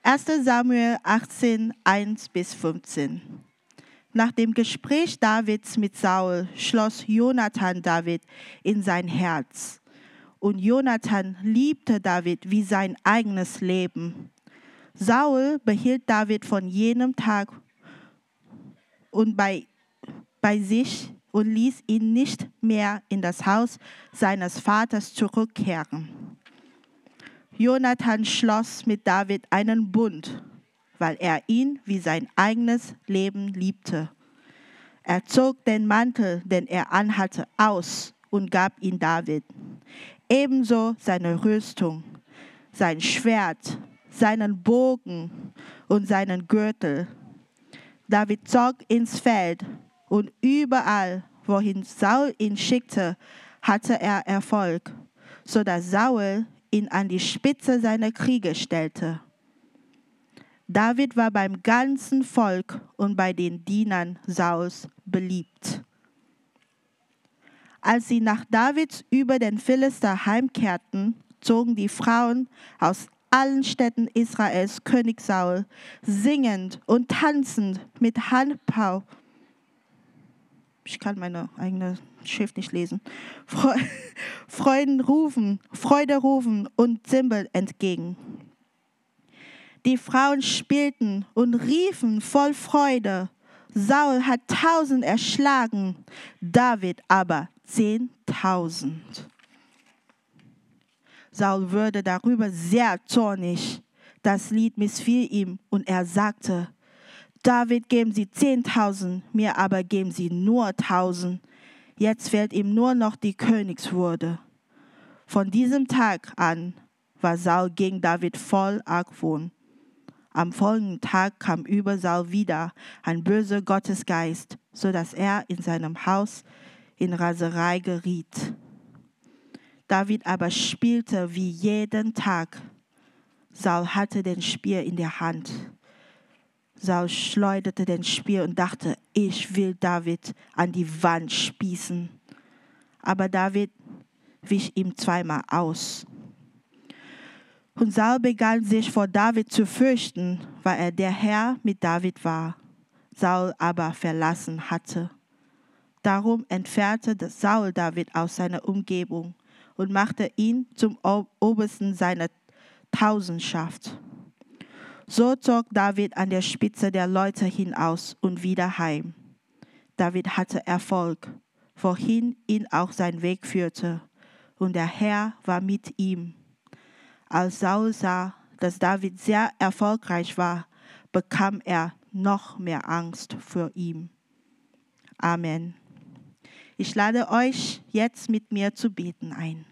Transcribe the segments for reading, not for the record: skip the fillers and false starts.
1. Samuel 18, 1-15. Nach dem Gespräch Davids mit Saul schloss Jonathan David in sein Herz. Und Jonathan liebte David wie sein eigenes Leben. Saul behielt David von jenem Tag und bei sich und ließ ihn nicht mehr in das Haus seines Vaters zurückkehren. Jonathan schloss mit David einen Bund, weil er ihn wie sein eigenes Leben liebte. Er zog den Mantel, den er anhatte, aus und gab ihn David. Ebenso seine Rüstung, sein Schwert, seinen Bogen und seinen Gürtel. David zog ins Feld und überall, wohin Saul ihn schickte, hatte er Erfolg, so dass Saul ihn an die Spitze seiner Kriege stellte. David war beim ganzen Volk und bei den Dienern Sauls beliebt. Als sie nach Davids über den Philister heimkehrten, zogen die Frauen aus allen Städten Israels König Saul singend und tanzend mit Handpau. Ich kann meine eigene Schrift nicht lesen. Freude rufen und Zimbel entgegen. Die Frauen spielten und riefen voll Freude. Saul hat 1000 erschlagen, David aber 10.000. Saul wurde darüber sehr zornig. Das Lied missfiel ihm und er sagte: David geben Sie 10.000, mir aber geben Sie nur 1.000. Jetzt fehlt ihm nur noch die Königswürde. Von diesem Tag an war Saul gegen David voll Argwohn. Am folgenden Tag kam über Saul wieder ein böser Gottesgeist, so dass er in seinem Haus in Raserei geriet. David aber spielte wie jeden Tag. Saul hatte den Speer in der Hand. Saul schleuderte den Speer und dachte, ich will David an die Wand spießen. Aber David wich ihm zweimal aus. Und Saul begann sich vor David zu fürchten, weil er der Herr mit David war, Saul aber verlassen hatte. Darum entfernte Saul David aus seiner Umgebung und machte ihn zum Obersten seiner Tausendschaft. So zog David an der Spitze der Leute hinaus und wieder heim. David hatte Erfolg, wohin ihn auch sein Weg führte, und der Herr war mit ihm. Als Saul sah, dass David sehr erfolgreich war, bekam er noch mehr Angst vor ihm. Amen. Ich lade euch jetzt mit mir zu beten ein.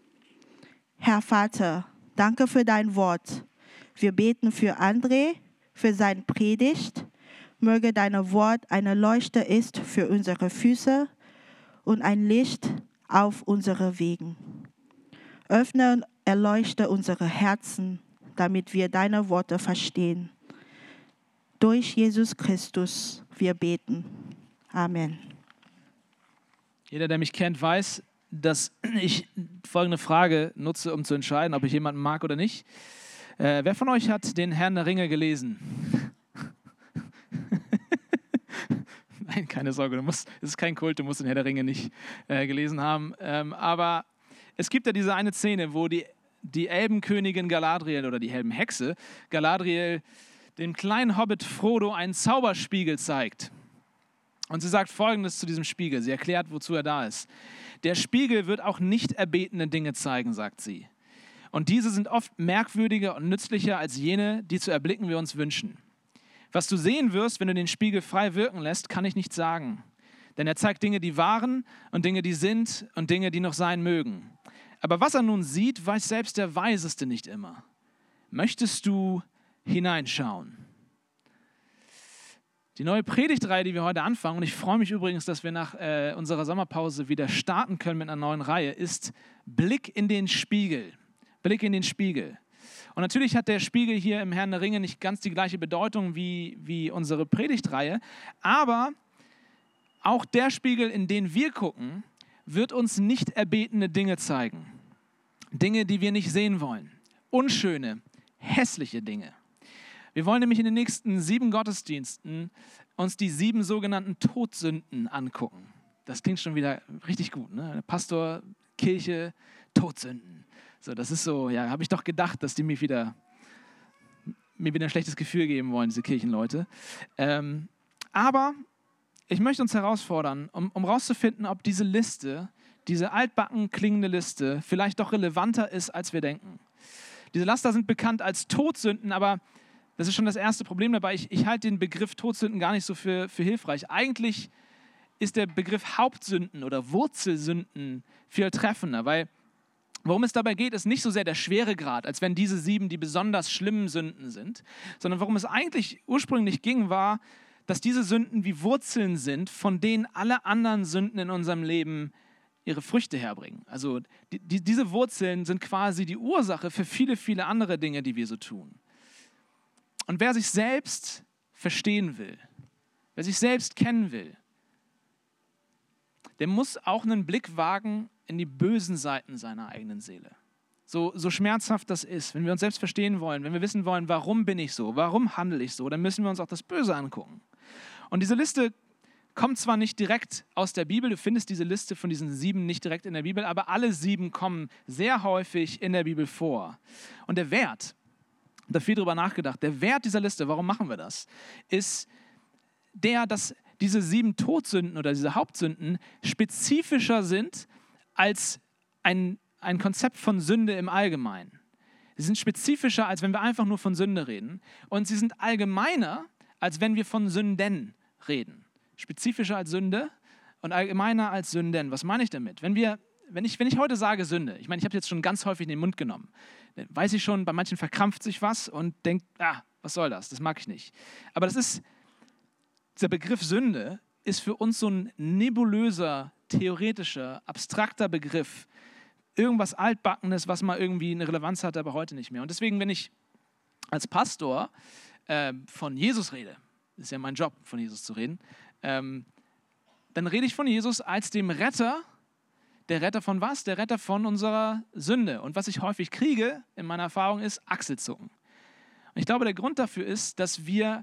Herr Vater, danke für dein Wort. Wir beten für André, für seine Predigt. Möge dein Wort eine Leuchte ist für unsere Füße und ein Licht auf unsere Wegen. Öffne und erleuchte unsere Herzen, damit wir deine Worte verstehen. Durch Jesus Christus wir beten. Amen. Jeder, der mich kennt, weiß, dass ich folgende Frage nutze, um zu entscheiden, ob ich jemanden mag oder nicht. Wer von euch hat den Herrn der Ringe gelesen? Nein, keine Sorge, es ist kein Kult, du musst den Herr der Ringe nicht gelesen haben. Aber es gibt ja diese eine Szene, wo die Elbenkönigin Galadriel oder die Elbenhexe Galadriel dem kleinen Hobbit Frodo einen Zauberspiegel zeigt. Und sie sagt Folgendes zu diesem Spiegel. Sie erklärt, wozu er da ist. Der Spiegel wird auch nicht erbetene Dinge zeigen, sagt sie. Und diese sind oft merkwürdiger und nützlicher als jene, die zu erblicken wir uns wünschen. Was du sehen wirst, wenn du den Spiegel frei wirken lässt, kann ich nicht sagen. Denn er zeigt Dinge, die waren und Dinge, die sind und Dinge, die noch sein mögen. Aber was er nun sieht, weiß selbst der Weiseste nicht immer. Möchtest du hineinschauen? Die neue Predigtreihe, die wir heute anfangen, und ich freue mich übrigens, dass wir nach unserer Sommerpause wieder starten können mit einer neuen Reihe, ist Blick in den Spiegel. Blick in den Spiegel. Und natürlich hat der Spiegel hier im Herrn der Ringe nicht ganz die gleiche Bedeutung wie unsere Predigtreihe, aber auch der Spiegel, in den wir gucken, wird uns nicht erbetene Dinge zeigen. Dinge, die wir nicht sehen wollen. Unschöne, hässliche Dinge. Wir wollen nämlich in den nächsten 7 Gottesdiensten uns die 7 sogenannten Todsünden angucken. Das klingt schon wieder richtig gut, ne? Pastor, Kirche, Todsünden. So, das ist so, ja, habe ich doch gedacht, dass die mir wieder ein schlechtes Gefühl geben wollen, diese Kirchenleute. Aber ich möchte uns herausfordern, um rauszufinden, ob diese Liste, diese altbacken klingende Liste, vielleicht doch relevanter ist, als wir denken. Diese Laster sind bekannt als Todsünden, aber das ist schon das erste Problem dabei. Ich halte den Begriff Todsünden gar nicht so für hilfreich. Eigentlich ist der Begriff Hauptsünden oder Wurzelsünden viel treffender, weil worum es dabei geht, ist nicht so sehr der Schweregrad, als wenn diese 7 die besonders schlimmen Sünden sind, sondern worum es eigentlich ursprünglich ging, war, dass diese Sünden wie Wurzeln sind, von denen alle anderen Sünden in unserem Leben ihre Früchte herbringen. Also diese Wurzeln sind quasi die Ursache für viele, viele andere Dinge, die wir so tun. Und wer sich selbst verstehen will, wer sich selbst kennen will, der muss auch einen Blick wagen in die bösen Seiten seiner eigenen Seele. So schmerzhaft das ist, wenn wir uns selbst verstehen wollen, wenn wir wissen wollen, warum bin ich so, warum handle ich so, dann müssen wir uns auch das Böse angucken. Und diese Liste kommt zwar nicht direkt aus der Bibel, du findest diese Liste von diesen 7 nicht direkt in der Bibel, aber alle 7 kommen sehr häufig in der Bibel vor. Und der Wert, ich habe viel darüber nachgedacht, der Wert dieser Liste, warum machen wir das, ist dass diese 7 Todsünden oder diese Hauptsünden spezifischer sind als ein Konzept von Sünde im Allgemeinen. Sie sind spezifischer, als wenn wir einfach nur von Sünde reden. Und sie sind allgemeiner, als wenn wir von Sünden reden. Spezifischer als Sünde und allgemeiner als Sünden. Was meine ich damit? Wenn ich heute sage Sünde, ich meine, ich habe es jetzt schon ganz häufig in den Mund genommen, dann weiß ich schon, bei manchen verkrampft sich was und denkt, was soll das? Das mag ich nicht. Aber dieser Begriff Sünde ist für uns so ein nebulöser, theoretischer, abstrakter Begriff. Irgendwas Altbackenes, was mal irgendwie eine Relevanz hat, aber heute nicht mehr. Und deswegen, wenn ich als Pastor von Jesus rede, ist ja mein Job, von Jesus zu reden, dann rede ich von Jesus als dem Retter. Der Retter von was? Der Retter von unserer Sünde. Und was ich häufig kriege, in meiner Erfahrung, ist Achselzucken. Und ich glaube, der Grund dafür ist, dass wir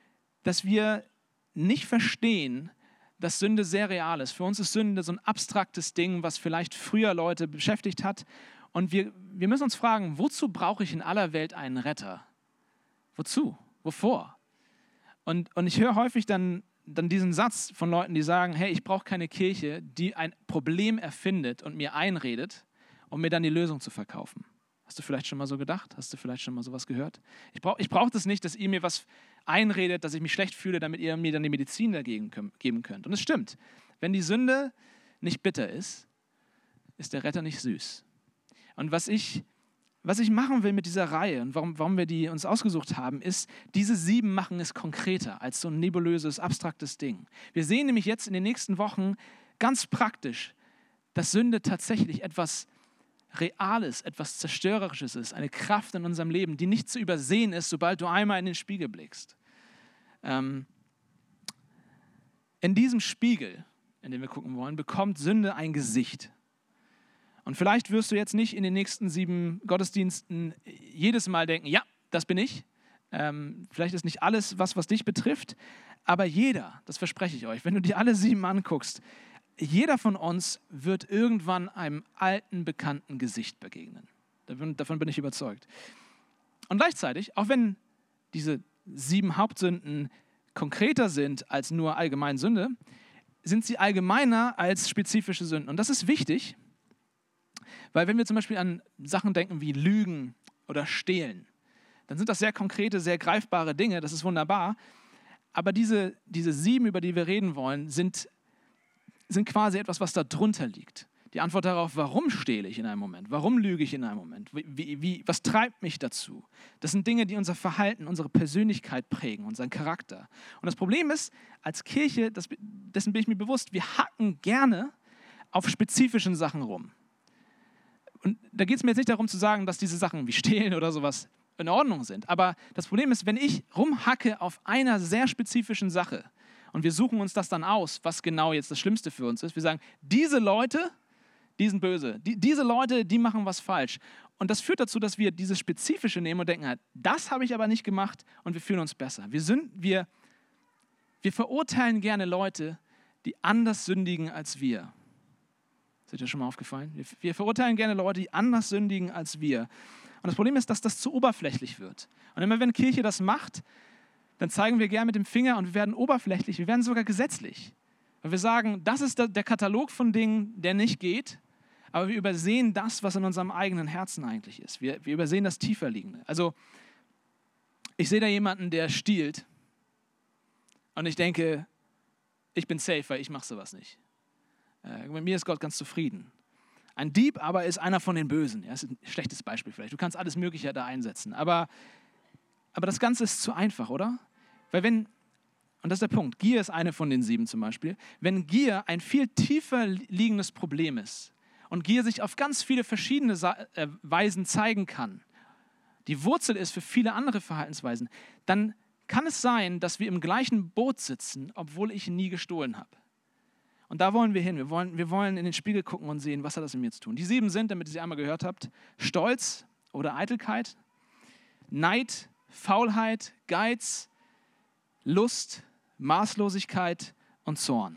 nicht verstehen, dass Sünde sehr real ist. Für uns ist Sünde so ein abstraktes Ding, was vielleicht früher Leute beschäftigt hat. Und wir müssen uns fragen, wozu brauche ich in aller Welt einen Retter? Wozu? Wovor? Und ich höre häufig dann diesen Satz von Leuten, die sagen, hey, ich brauche keine Kirche, die ein Problem erfindet und mir einredet, um mir dann die Lösung zu verkaufen. Hast du vielleicht schon mal so gedacht? Hast du vielleicht schon mal sowas gehört? Ich brauche das nicht, dass ihr mir was einredet, dass ich mich schlecht fühle, damit ihr mir dann die Medizin dagegen geben könnt. Und es stimmt, wenn die Sünde nicht bitter ist, ist der Retter nicht süß. Und was ich machen will mit dieser Reihe und warum wir die uns ausgesucht haben, ist, diese 7 machen es konkreter als so ein nebulöses, abstraktes Ding. Wir sehen nämlich jetzt in den nächsten Wochen ganz praktisch, dass Sünde tatsächlich etwas Reales, etwas Zerstörerisches ist, eine Kraft in unserem Leben, die nicht zu übersehen ist, sobald du einmal in den Spiegel blickst. In diesem Spiegel, in den wir gucken wollen, bekommt Sünde ein Gesicht. Und vielleicht wirst du jetzt nicht in den nächsten 7 Gottesdiensten jedes Mal denken, ja, das bin ich. Vielleicht ist nicht alles, was dich betrifft, aber jeder, das verspreche ich euch, wenn du dir alle 7 anguckst, jeder von uns wird irgendwann einem alten, bekannten Gesicht begegnen. Davon bin ich überzeugt. Und gleichzeitig, auch wenn diese 7 Hauptsünden konkreter sind als nur allgemein Sünde, sind sie allgemeiner als spezifische Sünden. Und das ist wichtig, weil wenn wir zum Beispiel an Sachen denken wie Lügen oder Stehlen, dann sind das sehr konkrete, sehr greifbare Dinge, das ist wunderbar. Aber diese 7, über die wir reden wollen, sind quasi etwas, was da drunter liegt. Die Antwort darauf, warum stehle ich in einem Moment, warum lüge ich in einem Moment, was treibt mich dazu? Das sind Dinge, die unser Verhalten, unsere Persönlichkeit prägen, unseren Charakter. Und das Problem ist, als Kirche, dessen bin ich mir bewusst, wir hacken gerne auf spezifischen Sachen rum. Und da geht es mir jetzt nicht darum zu sagen, dass diese Sachen wie Stehlen oder sowas in Ordnung sind. Aber das Problem ist, wenn ich rumhacke auf einer sehr spezifischen Sache und wir suchen uns das dann aus, was genau jetzt das Schlimmste für uns ist, wir sagen, diese Leute, die sind böse. Diese Leute, die machen was falsch. Und das führt dazu, dass wir dieses Spezifische nehmen und denken, das habe ich aber nicht gemacht und wir fühlen uns besser. Wir verurteilen gerne Leute, die anders sündigen als wir. Ist dir schon mal aufgefallen? Wir verurteilen gerne Leute, die anders sündigen als wir. Und das Problem ist, dass das zu oberflächlich wird. Und immer wenn Kirche das macht, dann zeigen wir gerne mit dem Finger und wir werden oberflächlich, wir werden sogar gesetzlich. Weil wir sagen, das ist der Katalog von Dingen, der nicht geht, aber wir übersehen das, was in unserem eigenen Herzen eigentlich ist. Wir übersehen das Tieferliegende. Also, ich sehe da jemanden, der stiehlt und ich denke, ich bin safe, weil ich mache sowas nicht. Mit mir ist Gott ganz zufrieden. Ein Dieb aber ist einer von den Bösen. Ja, das ist ein schlechtes Beispiel vielleicht. Du kannst alles Mögliche da einsetzen. Aber das Ganze ist zu einfach, oder? Weil und das ist der Punkt, Gier ist eine von den 7 zum Beispiel. Wenn Gier ein viel tiefer liegendes Problem ist und Gier sich auf ganz viele verschiedene Weisen zeigen kann, die Wurzel ist für viele andere Verhaltensweisen, dann kann es sein, dass wir im gleichen Boot sitzen, obwohl ich nie gestohlen habe. Und da wollen wir hin. Wir wollen in den Spiegel gucken und sehen, was hat das mit mir zu tun. Die 7 sind, damit ihr sie einmal gehört habt, Stolz oder Eitelkeit, Neid, Faulheit, Geiz, Lust, Maßlosigkeit und Zorn.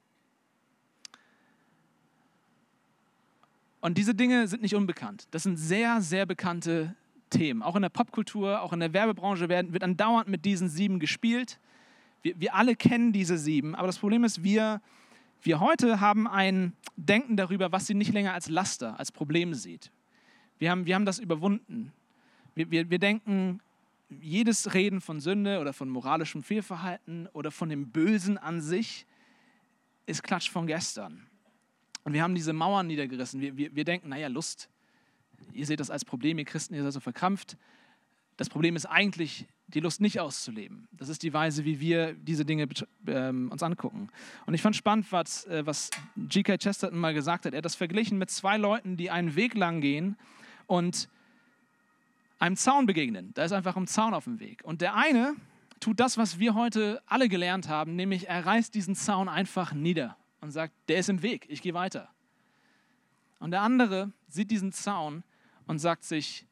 Und diese Dinge sind nicht unbekannt. Das sind sehr, sehr bekannte Themen. Auch in der Popkultur, auch in der Werbebranche wird andauernd mit diesen 7 gespielt. Wir alle kennen diese 7, aber das Problem ist, wir heute haben ein Denken darüber, was sie nicht länger als Laster, als Problem sieht. Wir haben das überwunden. Wir denken, jedes Reden von Sünde oder von moralischem Fehlverhalten oder von dem Bösen an sich ist Klatsch von gestern. Und wir haben diese Mauern niedergerissen. Wir denken, naja, Lust, ihr seht das als Problem, ihr Christen, ihr seid so verkrampft. Das Problem ist eigentlich, die Lust nicht auszuleben. Das ist die Weise, wie wir diese Dinge uns angucken. Und ich fand spannend, was G.K. Chesterton mal gesagt hat. Er hat das verglichen mit 2 Leuten, die einen Weg lang gehen und einem Zaun begegnen. Da ist einfach ein Zaun auf dem Weg. Und der eine tut das, was wir heute alle gelernt haben, nämlich er reißt diesen Zaun einfach nieder und sagt, der ist im Weg, ich gehe weiter. Und der andere sieht diesen Zaun und sagt sich,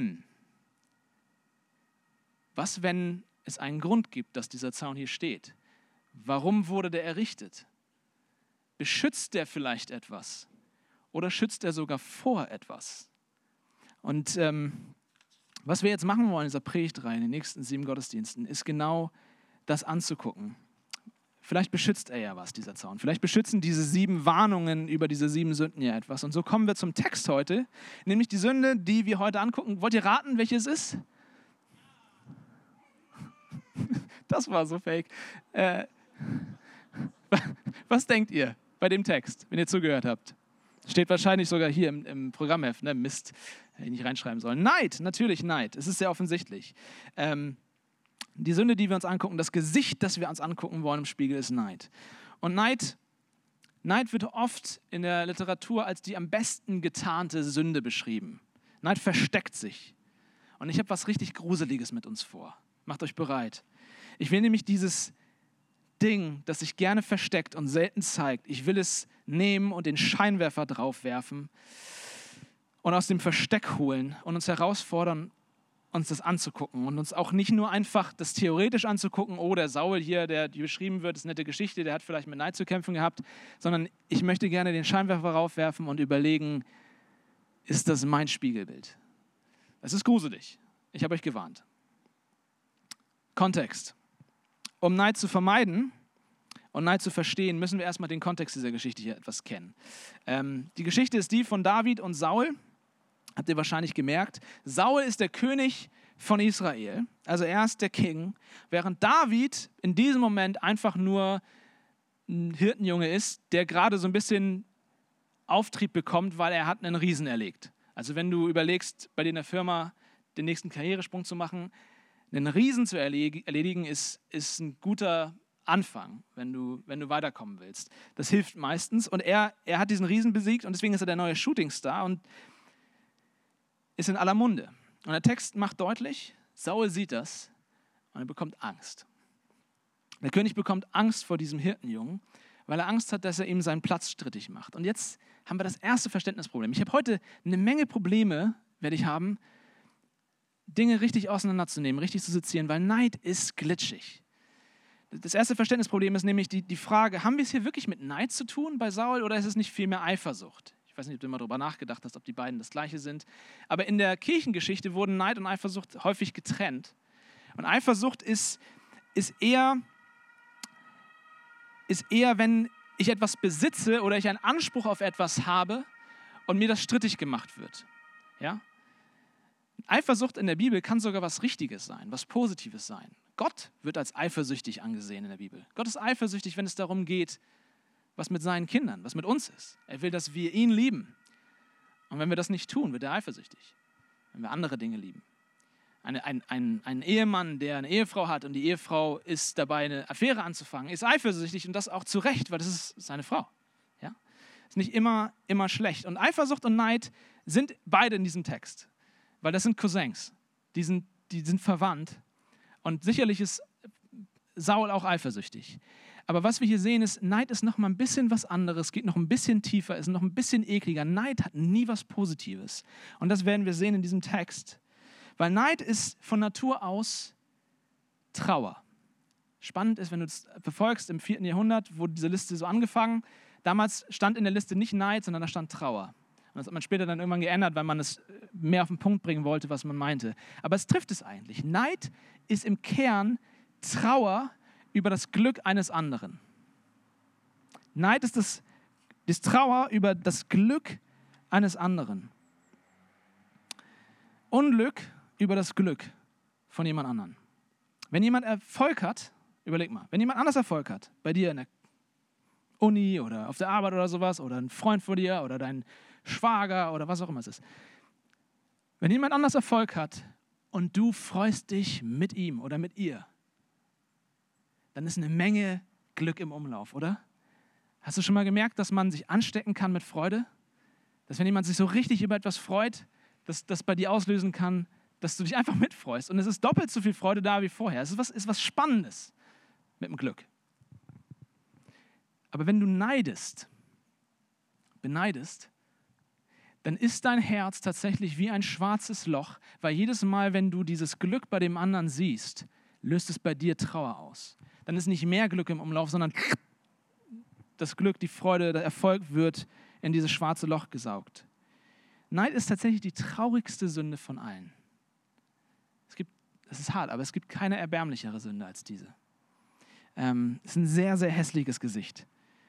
was, wenn es einen Grund gibt, dass dieser Zaun hier steht? Warum wurde der errichtet? Beschützt der vielleicht etwas? Oder schützt er sogar vor etwas? Und was wir jetzt machen wollen in dieser Predigtreihe, in den nächsten 7 Gottesdiensten, ist genau das anzugucken. Vielleicht beschützt er ja was, dieser Zaun. Vielleicht beschützen diese 7 Warnungen über diese 7 Sünden ja etwas. Und so kommen wir zum Text heute, nämlich die Sünde, die wir heute angucken. Wollt ihr raten, welche es ist? Das war so fake. Was denkt ihr bei dem Text, wenn ihr zugehört habt? Steht wahrscheinlich sogar hier im Programmheft. Ne? Mist, hätte ich nicht reinschreiben sollen. Neid, natürlich Neid. Es ist sehr offensichtlich. Die Sünde, die wir uns angucken, das Gesicht, das wir uns angucken wollen im Spiegel, ist Neid. Und Neid wird oft in der Literatur als die am besten getarnte Sünde beschrieben. Neid versteckt sich. Und ich habe was richtig Gruseliges mit uns vor. Macht euch bereit. Ich will nämlich dieses Ding, das sich gerne versteckt und selten zeigt, ich will es nehmen und den Scheinwerfer drauf werfen und aus dem Versteck holen und uns herausfordern, uns das anzugucken und uns auch nicht nur einfach das theoretisch anzugucken, oh, der Saul hier, die beschrieben wird, ist eine nette Geschichte, der hat vielleicht mit Neid zu kämpfen gehabt, sondern ich möchte gerne den Scheinwerfer raufwerfen und überlegen, ist das mein Spiegelbild? Das ist gruselig. Ich habe euch gewarnt. Kontext. Um Neid zu vermeiden und Neid zu verstehen, müssen wir erstmal den Kontext dieser Geschichte hier etwas kennen. Die Geschichte ist die von David und Saul. Habt ihr wahrscheinlich gemerkt. Saul ist der König von Israel. Also er ist der King. Während David in diesem Moment einfach nur ein Hirtenjunge ist, der gerade so ein bisschen Auftrieb bekommt, weil er hat einen Riesen erlegt. Also wenn du überlegst, bei dir in der Firma den nächsten Karrieresprung zu machen, einen Riesen zu erledigen, ist ein guter Anfang, wenn du weiterkommen willst. Das hilft meistens. Und er hat diesen Riesen besiegt und deswegen ist er der neue Shootingstar und ist in aller Munde. Und der Text macht deutlich, Saul sieht das und er bekommt Angst. Der König bekommt Angst vor diesem Hirtenjungen, weil er Angst hat, dass er ihm seinen Platz strittig macht. Und jetzt haben wir das erste Verständnisproblem. Ich habe heute eine Menge Probleme, werde ich haben, Dinge richtig auseinanderzunehmen, richtig zu sezieren, weil Neid ist glitschig. Das erste Verständnisproblem ist nämlich die Frage, haben wir es hier wirklich mit Neid zu tun bei Saul oder ist es nicht vielmehr Eifersucht? Ich weiß nicht, ob du immer darüber nachgedacht hast, ob die beiden das Gleiche sind. Aber in der Kirchengeschichte wurden Neid und Eifersucht häufig getrennt. Und Eifersucht ist eher, wenn ich etwas besitze oder ich einen Anspruch auf etwas habe und mir das strittig gemacht wird. Ja? Eifersucht in der Bibel kann sogar was Richtiges sein, was Positives sein. Gott wird als eifersüchtig angesehen in der Bibel. Gott ist eifersüchtig, wenn es darum geht, was mit seinen Kindern, was mit uns ist. Er will, dass wir ihn lieben. Und wenn wir das nicht tun, wird er eifersüchtig. Wenn wir andere Dinge lieben. Ein Ehemann, der eine Ehefrau hat und die Ehefrau ist dabei, eine Affäre anzufangen, ist eifersüchtig und das auch zu Recht, weil das ist seine Frau. Ja? Ist nicht immer schlecht. Und Eifersucht und Neid sind beide in diesem Text. Weil das sind Cousins. Die sind verwandt. Und sicherlich ist Saul auch eifersüchtig. Aber was wir hier sehen ist, Neid ist noch mal ein bisschen was anderes, geht noch ein bisschen tiefer, ist noch ein bisschen ekliger. Neid hat nie was Positives. Und das werden wir sehen in diesem Text. Weil Neid ist von Natur aus Trauer. Spannend ist, wenn du es verfolgst im 4. Jahrhundert, wurde diese Liste so angefangen. Damals stand in der Liste nicht Neid, sondern da stand Trauer. Und das hat man später dann irgendwann geändert, weil man es mehr auf den Punkt bringen wollte, was man meinte. Aber es trifft es eigentlich. Neid ist im Kern Trauer über das Glück eines anderen. Neid ist das Trauer über das Glück eines anderen. Unglück über das Glück von jemand anderem. Wenn jemand Erfolg hat, überleg mal, wenn jemand anders Erfolg hat, bei dir in der Uni oder auf der Arbeit oder sowas, oder ein Freund von dir oder dein Schwager oder was auch immer es ist. Wenn jemand anders Erfolg hat und du freust dich mit ihm oder mit ihr, dann ist eine Menge Glück im Umlauf, oder? Hast du schon mal gemerkt, dass man sich anstecken kann mit Freude? Dass wenn jemand sich so richtig über etwas freut, dass das bei dir auslösen kann, dass du dich einfach mitfreust. Und es ist doppelt so viel Freude da wie vorher. Es ist was Spannendes mit dem Glück. Aber wenn du beneidest, dann ist dein Herz tatsächlich wie ein schwarzes Loch, weil jedes Mal, wenn du dieses Glück bei dem anderen siehst, löst es bei dir Trauer aus. Dann ist nicht mehr Glück im Umlauf, sondern das Glück, die Freude, der Erfolg wird in dieses schwarze Loch gesaugt. Neid ist tatsächlich die traurigste Sünde von allen. Es ist hart, aber es gibt keine erbärmlichere Sünde als diese. Es ist ein sehr, sehr hässliches Gesicht.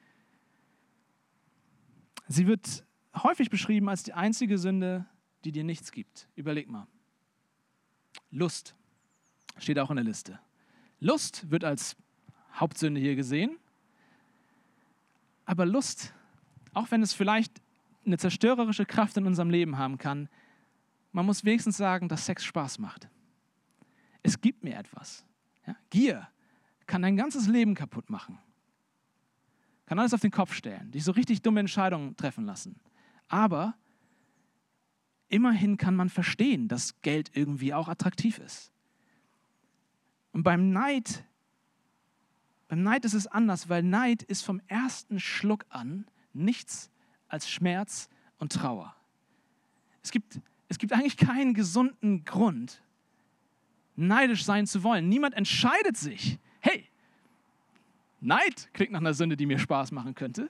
Sie wird häufig beschrieben als die einzige Sünde, die dir nichts gibt. Überleg mal. Lust steht auch in der Liste. Lust wird als Hauptsünde hier gesehen. Aber Lust, auch wenn es vielleicht eine zerstörerische Kraft in unserem Leben haben kann, man muss wenigstens sagen, dass Sex Spaß macht. Es gibt mir etwas. Ja? Gier kann dein ganzes Leben kaputt machen. Kann alles auf den Kopf stellen, dich so richtig dumme Entscheidungen treffen lassen. Aber immerhin kann man verstehen, dass Geld irgendwie auch attraktiv ist. Und beim Neid ist es anders, weil Neid ist vom ersten Schluck an nichts als Schmerz und Trauer. Es gibt eigentlich keinen gesunden Grund, neidisch sein zu wollen. Niemand entscheidet sich, hey, Neid klingt nach einer Sünde, die mir Spaß machen könnte.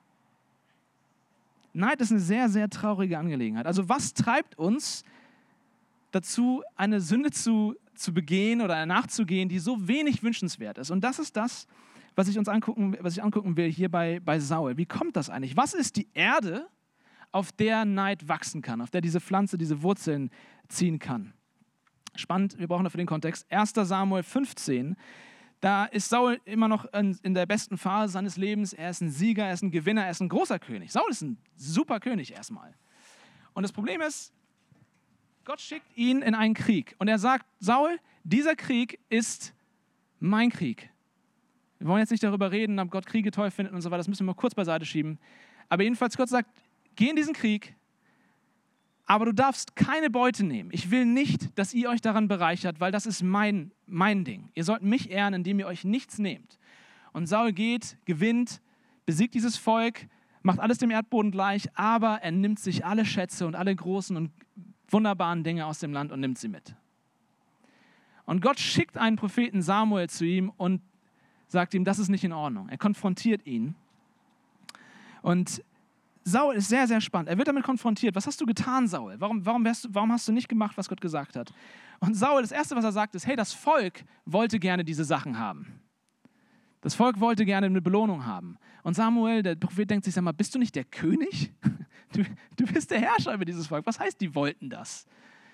Neid ist eine sehr, sehr traurige Angelegenheit. Also was treibt uns dazu, eine Sünde zu begehen oder nachzugehen, die so wenig wünschenswert ist? Und das ist das, was ich angucken will hier bei Saul. Wie kommt das eigentlich? Was ist die Erde, auf der Neid wachsen kann, auf der diese Pflanze, diese Wurzeln ziehen kann? Spannend, wir brauchen dafür den Kontext. 1. Samuel 15, da ist Saul immer noch in der besten Phase seines Lebens. Er ist ein Sieger, er ist ein Gewinner, er ist ein großer König. Saul ist ein super König erstmal. Und das Problem ist, Gott schickt ihn in einen Krieg. Und er sagt, Saul, dieser Krieg ist mein Krieg. Wir wollen jetzt nicht darüber reden, ob Gott Kriege toll findet und so weiter. Das müssen wir mal kurz beiseite schieben. Aber jedenfalls, Gott sagt, geh in diesen Krieg, aber du darfst keine Beute nehmen. Ich will nicht, dass ihr euch daran bereichert, weil das ist mein Ding. Ihr sollt mich ehren, indem ihr euch nichts nehmt. Und Saul geht, gewinnt, besiegt dieses Volk, macht alles dem Erdboden gleich, aber er nimmt sich alle Schätze und alle großen und wunderbaren Dinge aus dem Land und nimmt sie mit. Und Gott schickt einen Propheten Samuel zu ihm und sagt ihm, das ist nicht in Ordnung. Er konfrontiert ihn. Und Saul ist sehr, sehr spannend. Er wird damit konfrontiert. Was hast du getan, Saul? Warum hast du nicht gemacht, was Gott gesagt hat? Und Saul, das Erste, was er sagt, ist, hey, das Volk wollte gerne diese Sachen haben. Das Volk wollte gerne eine Belohnung haben. Und Samuel, der Prophet, denkt sich, sag mal, bist du nicht der König? Du bist der Herrscher über dieses Volk. Was heißt, die wollten das?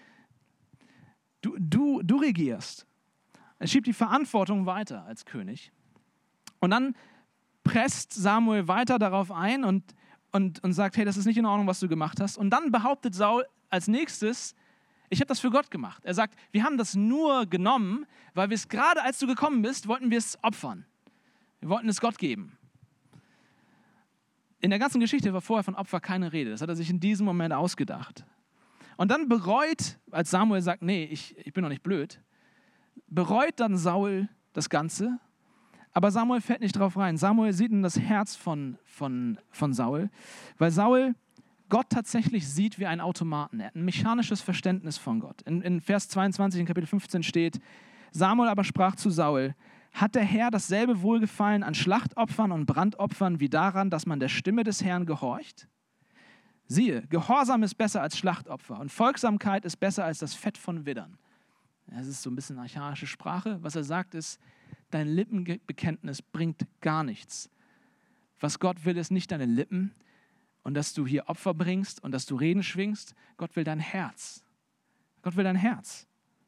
Du regierst. Er schiebt die Verantwortung weiter als König. Und dann presst Samuel weiter darauf ein und sagt, hey, das ist nicht in Ordnung, was du gemacht hast. Und dann behauptet Saul als nächstes, ich habe das für Gott gemacht. Er sagt, wir haben das nur genommen, weil wir es gerade, als du gekommen bist, wollten wir es opfern. Wir wollten es Gott geben. In der ganzen Geschichte war vorher von Opfer keine Rede. Das hat er sich in diesem Moment ausgedacht. Und dann bereut, als Samuel sagt, nee, ich bin doch nicht blöd, bereut dann Saul das Ganze. Aber Samuel fällt nicht drauf rein. Samuel sieht in das Herz von Saul, weil Saul Gott tatsächlich sieht wie einen Automaten. Er hat ein mechanisches Verständnis von Gott. In Vers 22 in Kapitel 15 steht, Samuel aber sprach zu Saul, hat der Herr dasselbe Wohlgefallen an Schlachtopfern und Brandopfern wie daran, dass man der Stimme des Herrn gehorcht? Siehe, Gehorsam ist besser als Schlachtopfer und Folgsamkeit ist besser als das Fett von Widdern. Das ist so ein bisschen archaische Sprache. Was er sagt ist, dein Lippenbekenntnis bringt gar nichts. Was Gott will, ist nicht deine Lippen und dass du hier Opfer bringst und dass du Reden schwingst. Gott will dein Herz. Gott will dein Herz.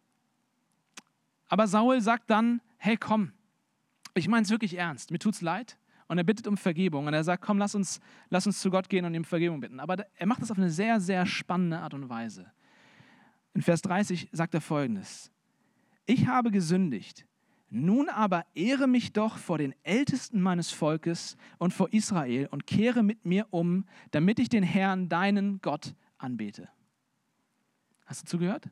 Aber Saul sagt dann, hey komm, ich meine es wirklich ernst, mir tut's leid. Und er bittet um Vergebung und er sagt, komm, lass uns zu Gott gehen und ihm Vergebung bitten. Aber er macht das auf eine sehr, sehr spannende Art und Weise. In Vers 30 sagt er Folgendes. Ich habe gesündigt, nun aber ehre mich doch vor den Ältesten meines Volkes und vor Israel und kehre mit mir um, damit ich den Herrn, deinen Gott, anbete. Hast du zugehört?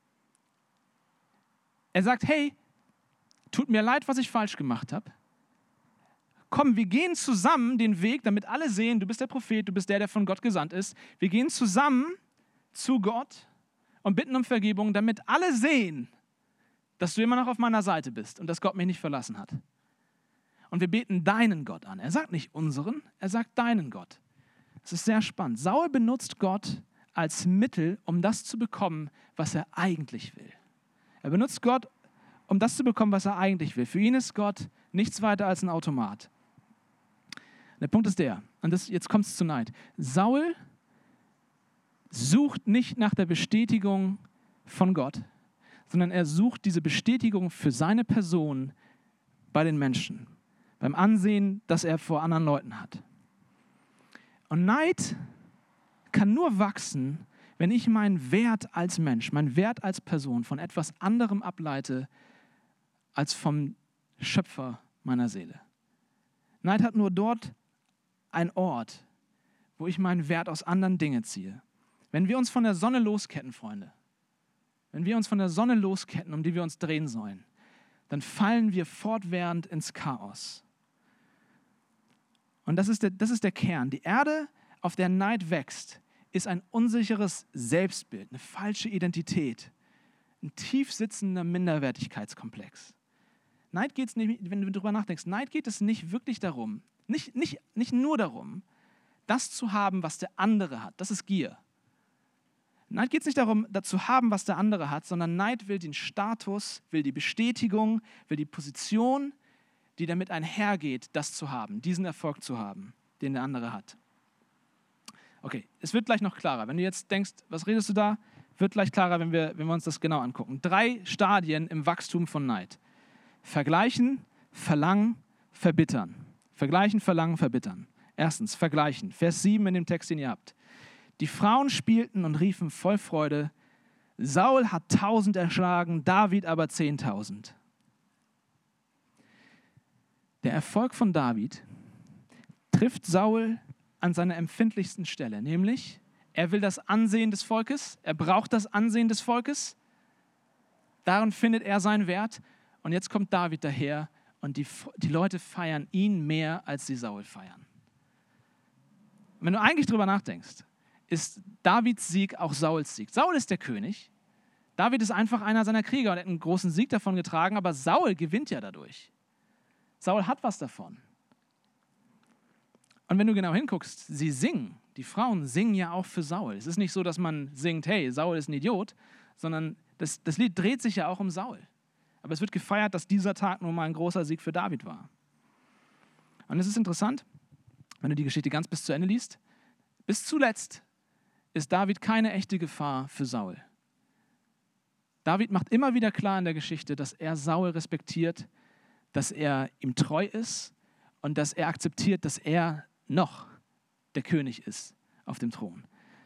Er sagt, hey, tut mir leid, was ich falsch gemacht habe. Komm, wir gehen zusammen den Weg, damit alle sehen, du bist der Prophet, du bist der von Gott gesandt ist. Wir gehen zusammen zu Gott und bitten um Vergebung, damit alle sehen, dass du immer noch auf meiner Seite bist und dass Gott mich nicht verlassen hat. Und wir beten deinen Gott an. Er sagt nicht unseren, er sagt deinen Gott. Das ist sehr spannend. Saul benutzt Gott als Mittel, um das zu bekommen, was er eigentlich will. Er benutzt Gott, um das zu bekommen, was er eigentlich will. Für ihn ist Gott nichts weiter als ein Automat. Der Punkt ist der, und jetzt kommt es zu Neid. Saul sucht nicht nach der Bestätigung von Gott, sondern er sucht diese Bestätigung für seine Person bei den Menschen, beim Ansehen, das er vor anderen Leuten hat. Und Neid kann nur wachsen, wenn ich meinen Wert als Mensch, meinen Wert als Person von etwas anderem ableite als vom Schöpfer meiner Seele. Neid hat nur dort einen Ort, wo ich meinen Wert aus anderen Dingen ziehe. Wenn wir uns von der Sonne losketten, Freunde, wenn wir uns von der Sonne losketten, um die wir uns drehen sollen, dann fallen wir fortwährend ins Chaos. Und das ist der Kern. Die Erde, auf der Neid wächst, ist ein unsicheres Selbstbild, eine falsche Identität, ein tief sitzender Minderwertigkeitskomplex. Neid geht es nicht, wenn du darüber nachdenkst, Neid geht es nicht wirklich darum, nicht nur darum, das zu haben, was der andere hat. Das ist Gier. Neid geht es nicht darum, das zu haben, was der andere hat, sondern Neid will den Status, will die Bestätigung, will die Position, die damit einhergeht, das zu haben, diesen Erfolg zu haben, den der andere hat. Okay, es wird gleich noch klarer. Wenn du jetzt denkst, was redest du da, wird gleich klarer, wenn wir uns das genau angucken. 3 Stadien im Wachstum von Neid. Vergleichen, verlangen, verbittern. Vergleichen, verlangen, verbittern. Erstens, vergleichen. Vers 7 in dem Text, den ihr habt. Die Frauen spielten und riefen voll Freude, Saul hat 1000 erschlagen, David aber 10.000. Der Erfolg von David trifft Saul an seiner empfindlichsten Stelle, nämlich er will das Ansehen des Volkes, er braucht das Ansehen des Volkes, darin findet er seinen Wert und jetzt kommt David daher und die Leute feiern ihn mehr, als sie Saul feiern. wenn du eigentlich drüber nachdenkst, ist Davids Sieg auch Sauls Sieg. Saul ist der König. David ist einfach einer seiner Krieger und hat einen großen Sieg davon getragen, aber Saul gewinnt ja dadurch. Saul hat was davon. Und wenn du genau hinguckst, sie singen. Die Frauen singen ja auch für Saul. Es ist nicht so, dass man singt, hey, Saul ist ein Idiot, sondern das Lied dreht sich ja auch um Saul. Aber es wird gefeiert, dass dieser Tag nun mal ein großer Sieg für David war. Und es ist interessant, wenn du die Geschichte ganz bis zu Ende liest, bis zuletzt ist David keine echte Gefahr für Saul. David macht immer wieder klar in der Geschichte, dass er Saul respektiert, dass er ihm treu ist und dass er akzeptiert, dass er noch der König ist auf dem Thron.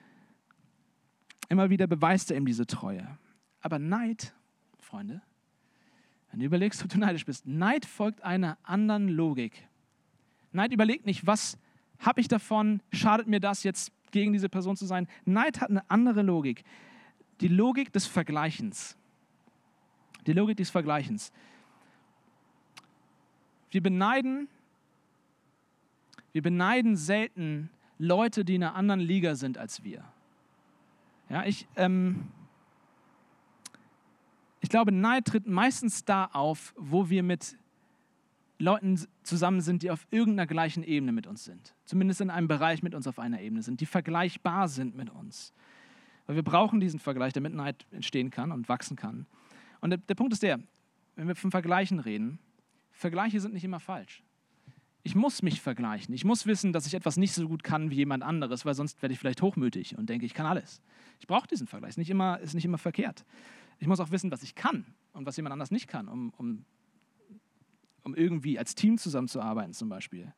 Immer wieder beweist er ihm diese Treue. Aber Neid, Freunde, wenn du überlegst, ob du neidisch bist, Neid folgt einer anderen Logik. Neid überlegt nicht, was habe ich davon, schadet mir das jetzt, gegen diese Person zu sein. Neid hat eine andere Logik. Die Logik des Vergleichens. Die Logik des Vergleichens. Wir beneiden selten Leute, die in einer anderen Liga sind als wir. Ja, ich glaube, Neid tritt meistens da auf, wo wir mit Leuten zusammen sind, die auf irgendeiner gleichen Ebene mit uns sind. Zumindest in einem Bereich mit uns auf einer Ebene sind, die vergleichbar sind mit uns. Weil wir brauchen diesen Vergleich, damit Neid entstehen kann und wachsen kann. Und der Punkt ist der, wenn wir von Vergleichen reden, Vergleiche sind nicht immer falsch. Ich muss mich vergleichen. Ich muss wissen, dass ich etwas nicht so gut kann wie jemand anderes, weil sonst werde ich vielleicht hochmütig und denke, ich kann alles. Ich brauche diesen Vergleich. Ist nicht immer verkehrt. Ich muss auch wissen, was ich kann und was jemand anders nicht kann, um irgendwie als Team zusammenzuarbeiten zum Beispiel.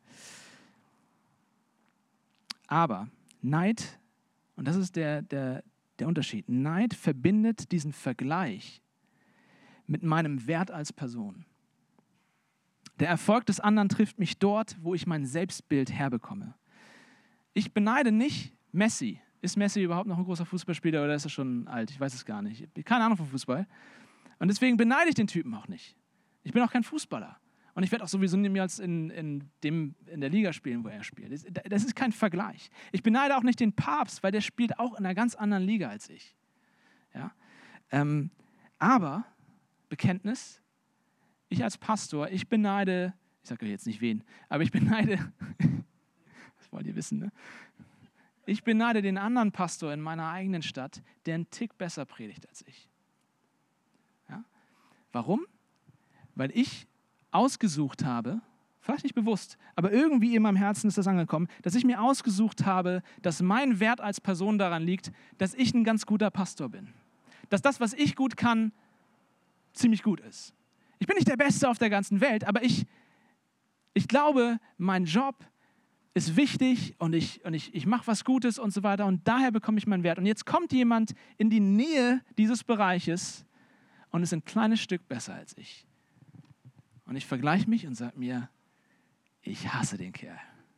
Aber Neid, und das ist der Unterschied, Neid verbindet diesen Vergleich mit meinem Wert als Person. Der Erfolg des anderen trifft mich dort, wo ich mein Selbstbild herbekomme. Ich beneide nicht Messi. Ist Messi überhaupt noch ein großer Fußballspieler oder ist er schon alt? Ich weiß es gar nicht. Ich habe keine Ahnung von Fußball. Und deswegen beneide ich den Typen auch nicht. Ich bin auch kein Fußballer. Und ich werde auch sowieso niemals in der Liga spielen, wo er spielt. Das ist kein Vergleich. Ich beneide auch nicht den Papst, weil der spielt auch in einer ganz anderen Liga als ich. Ja? Aber, Bekenntnis, ich als Pastor, ich beneide, ich sage euch jetzt nicht wen, aber ich beneide, das wollt ihr wissen, ne? Ich beneide den anderen Pastor in meiner eigenen Stadt, der einen Tick besser predigt als ich. Ja? Warum? Weil ich ausgesucht habe, vielleicht nicht bewusst, aber irgendwie in meinem Herzen ist das angekommen, dass ich mir ausgesucht habe, dass mein Wert als Person daran liegt, dass ich ein ganz guter Pastor bin. Dass das, was ich gut kann, ziemlich gut ist. Ich bin nicht der Beste auf der ganzen Welt, aber ich glaube, mein Job ist wichtig und ich mache was Gutes und so weiter und daher bekomme ich meinen Wert. Und jetzt kommt jemand in die Nähe dieses Bereiches und ist ein kleines Stück besser als ich. Und ich vergleiche mich und sage mir, ich hasse den Kerl.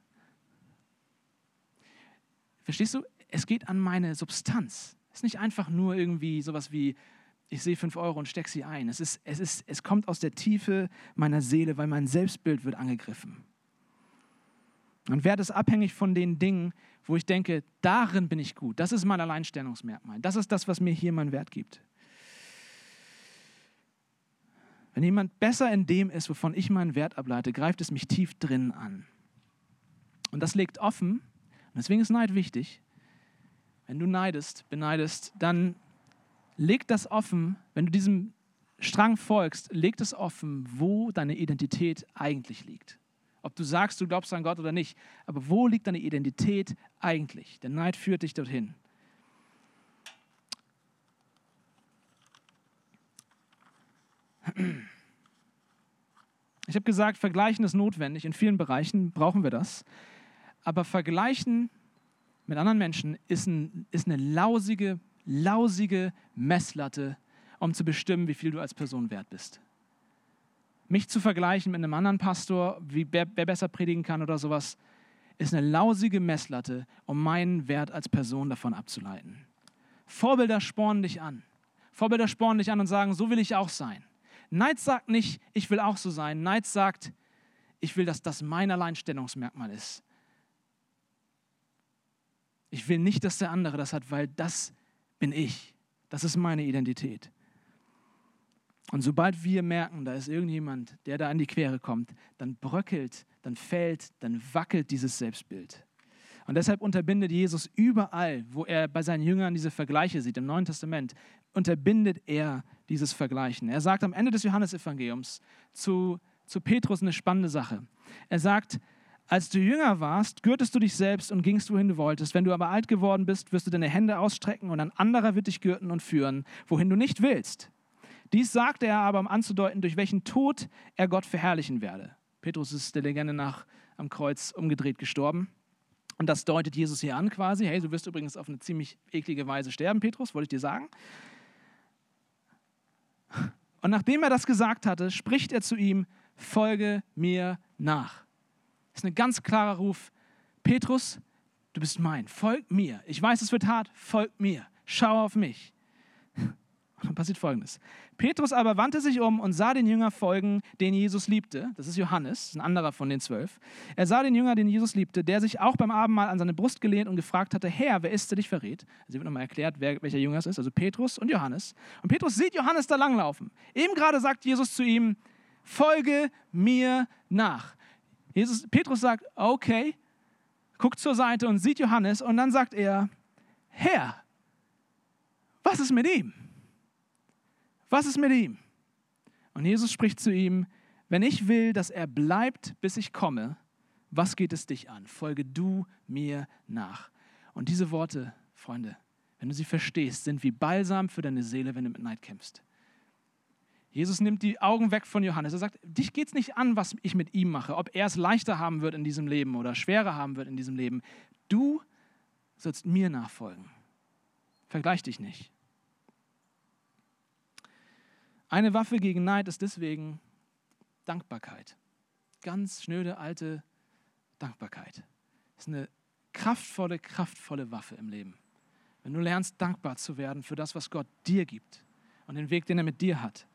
Verstehst du? Es geht an meine Substanz. Es ist nicht einfach nur irgendwie sowas wie, ich sehe 5 Euro und stecke sie ein. Es kommt aus der Tiefe meiner Seele, weil mein Selbstbild wird angegriffen. Und Wert ist abhängig von den Dingen, wo ich denke, darin bin ich gut. Das ist mein Alleinstellungsmerkmal. Das ist das, was mir hier meinen Wert gibt. Wenn jemand besser in dem ist, wovon ich meinen Wert ableite, greift es mich tief drin an. Und das legt offen, und deswegen ist Neid wichtig. Wenn du beneidest, dann legt das offen, wenn du diesem Strang folgst, legt es offen, wo deine Identität eigentlich liegt. Ob du sagst, du glaubst an Gott oder nicht, aber wo liegt deine Identität eigentlich? Der Neid führt dich dorthin. Ich habe gesagt, Vergleichen ist notwendig. In vielen Bereichen brauchen wir das. Aber Vergleichen mit anderen Menschen ist eine lausige Messlatte, um zu bestimmen, wie viel du als Person wert bist. Mich zu vergleichen mit einem anderen Pastor, wer besser predigen kann oder sowas, ist eine lausige Messlatte, um meinen Wert als Person davon abzuleiten. Vorbilder spornen dich an. Vorbilder spornen dich an und sagen, so will ich auch sein. Neid sagt nicht, ich will auch so sein. Neid sagt, ich will, dass das mein Alleinstellungsmerkmal ist. Ich will nicht, dass der andere das hat, weil das bin ich. Das ist meine Identität. Und sobald wir merken, da ist irgendjemand, der da an die Quere kommt, dann bröckelt, dann fällt, dann wackelt dieses Selbstbild. Und deshalb unterbindet Jesus überall, wo er bei seinen Jüngern diese Vergleiche sieht, im Neuen Testament, unterbindet er dieses Vergleichen. Er sagt am Ende des Johannesevangeliums zu Petrus eine spannende Sache. Er sagt, als du Jünger warst, gürtest du dich selbst und gingst, wohin du wolltest. Wenn du aber alt geworden bist, wirst du deine Hände ausstrecken und ein anderer wird dich gürten und führen, wohin du nicht willst. Dies sagte er aber, um anzudeuten, durch welchen Tod er Gott verherrlichen werde. Petrus ist der Legende nach am Kreuz umgedreht gestorben. Und das deutet Jesus hier an quasi. Hey, du wirst übrigens auf eine ziemlich eklige Weise sterben, Petrus, wollte ich dir sagen. Und nachdem er das gesagt hatte, spricht er zu ihm, folge mir nach. Das ist ein ganz klarer Ruf. Petrus, du bist mein, folg mir. Ich weiß, es wird hart, folg mir. Schau auf mich. Und dann passiert Folgendes. Petrus aber wandte sich um und sah den Jünger folgen, den Jesus liebte. Das ist Johannes, ein anderer von den 12. Er sah den Jünger, den Jesus liebte, der sich auch beim Abendmahl an seine Brust gelehnt und gefragt hatte, Herr, wer ist, der dich verrät? Also hier wird nochmal erklärt, welcher Jünger es ist. Also Petrus und Johannes. Und Petrus sieht Johannes da langlaufen. Eben gerade sagt Jesus zu ihm, folge mir nach. Petrus sagt, okay, guckt zur Seite und sieht Johannes und dann sagt er, Herr, was ist mit ihm? Was ist mit ihm? Und Jesus spricht zu ihm, wenn ich will, dass er bleibt, bis ich komme, was geht es dich an? Folge du mir nach. Und diese Worte, Freunde, wenn du sie verstehst, sind wie Balsam für deine Seele, wenn du mit Neid kämpfst. Jesus nimmt die Augen weg von Johannes. Er sagt, dich geht es nicht an, was ich mit ihm mache, ob er es leichter haben wird in diesem Leben oder schwerer haben wird in diesem Leben. Du sollst mir nachfolgen. Vergleich dich nicht. Eine Waffe gegen Neid ist deswegen Dankbarkeit. Ganz schnöde, alte Dankbarkeit. Das ist eine kraftvolle Waffe im Leben. Wenn du lernst, dankbar zu werden für das, was Gott dir gibt und den Weg, den er mit dir hat.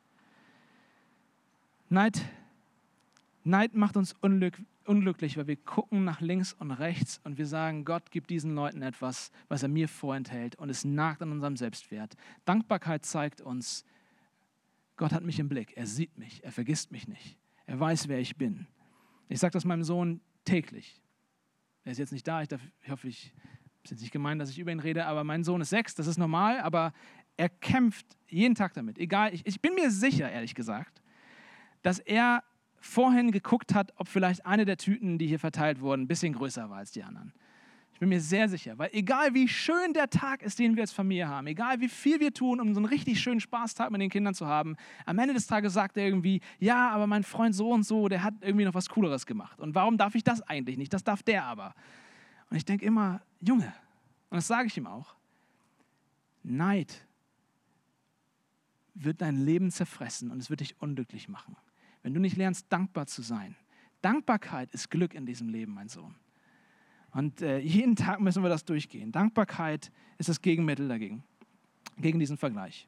Neid macht uns unglücklich, weil wir gucken nach links und rechts und wir sagen, Gott gibt diesen Leuten etwas, was er mir vorenthält und es nagt an unserem Selbstwert. Dankbarkeit zeigt uns, Gott hat mich im Blick, er sieht mich, er vergisst mich nicht, er weiß, wer ich bin. Ich sage das meinem Sohn täglich. Er ist jetzt nicht da, ich hoffe, es ist jetzt nicht gemeint, dass ich über ihn rede, aber mein Sohn ist 6, das ist normal, aber er kämpft jeden Tag damit. Egal, ich bin mir sicher, ehrlich gesagt, dass er vorhin geguckt hat, ob vielleicht eine der Tüten, die hier verteilt wurden, ein bisschen größer war als die anderen. Ich bin mir sehr sicher, weil egal wie schön der Tag ist, den wir als Familie haben, egal wie viel wir tun, um so einen richtig schönen Spaßtag mit den Kindern zu haben, am Ende des Tages sagt er irgendwie, ja, aber mein Freund so und so, der hat irgendwie noch was Cooleres gemacht. Und warum darf ich das eigentlich nicht? Das darf der aber. Und ich denke immer, Junge, und das sage ich ihm auch, Neid wird dein Leben zerfressen und es wird dich unglücklich machen. Wenn du nicht lernst, dankbar zu sein. Dankbarkeit ist Glück in diesem Leben, mein Sohn. Und jeden Tag müssen wir das durchgehen. Dankbarkeit ist das Gegenmittel dagegen, gegen diesen Vergleich.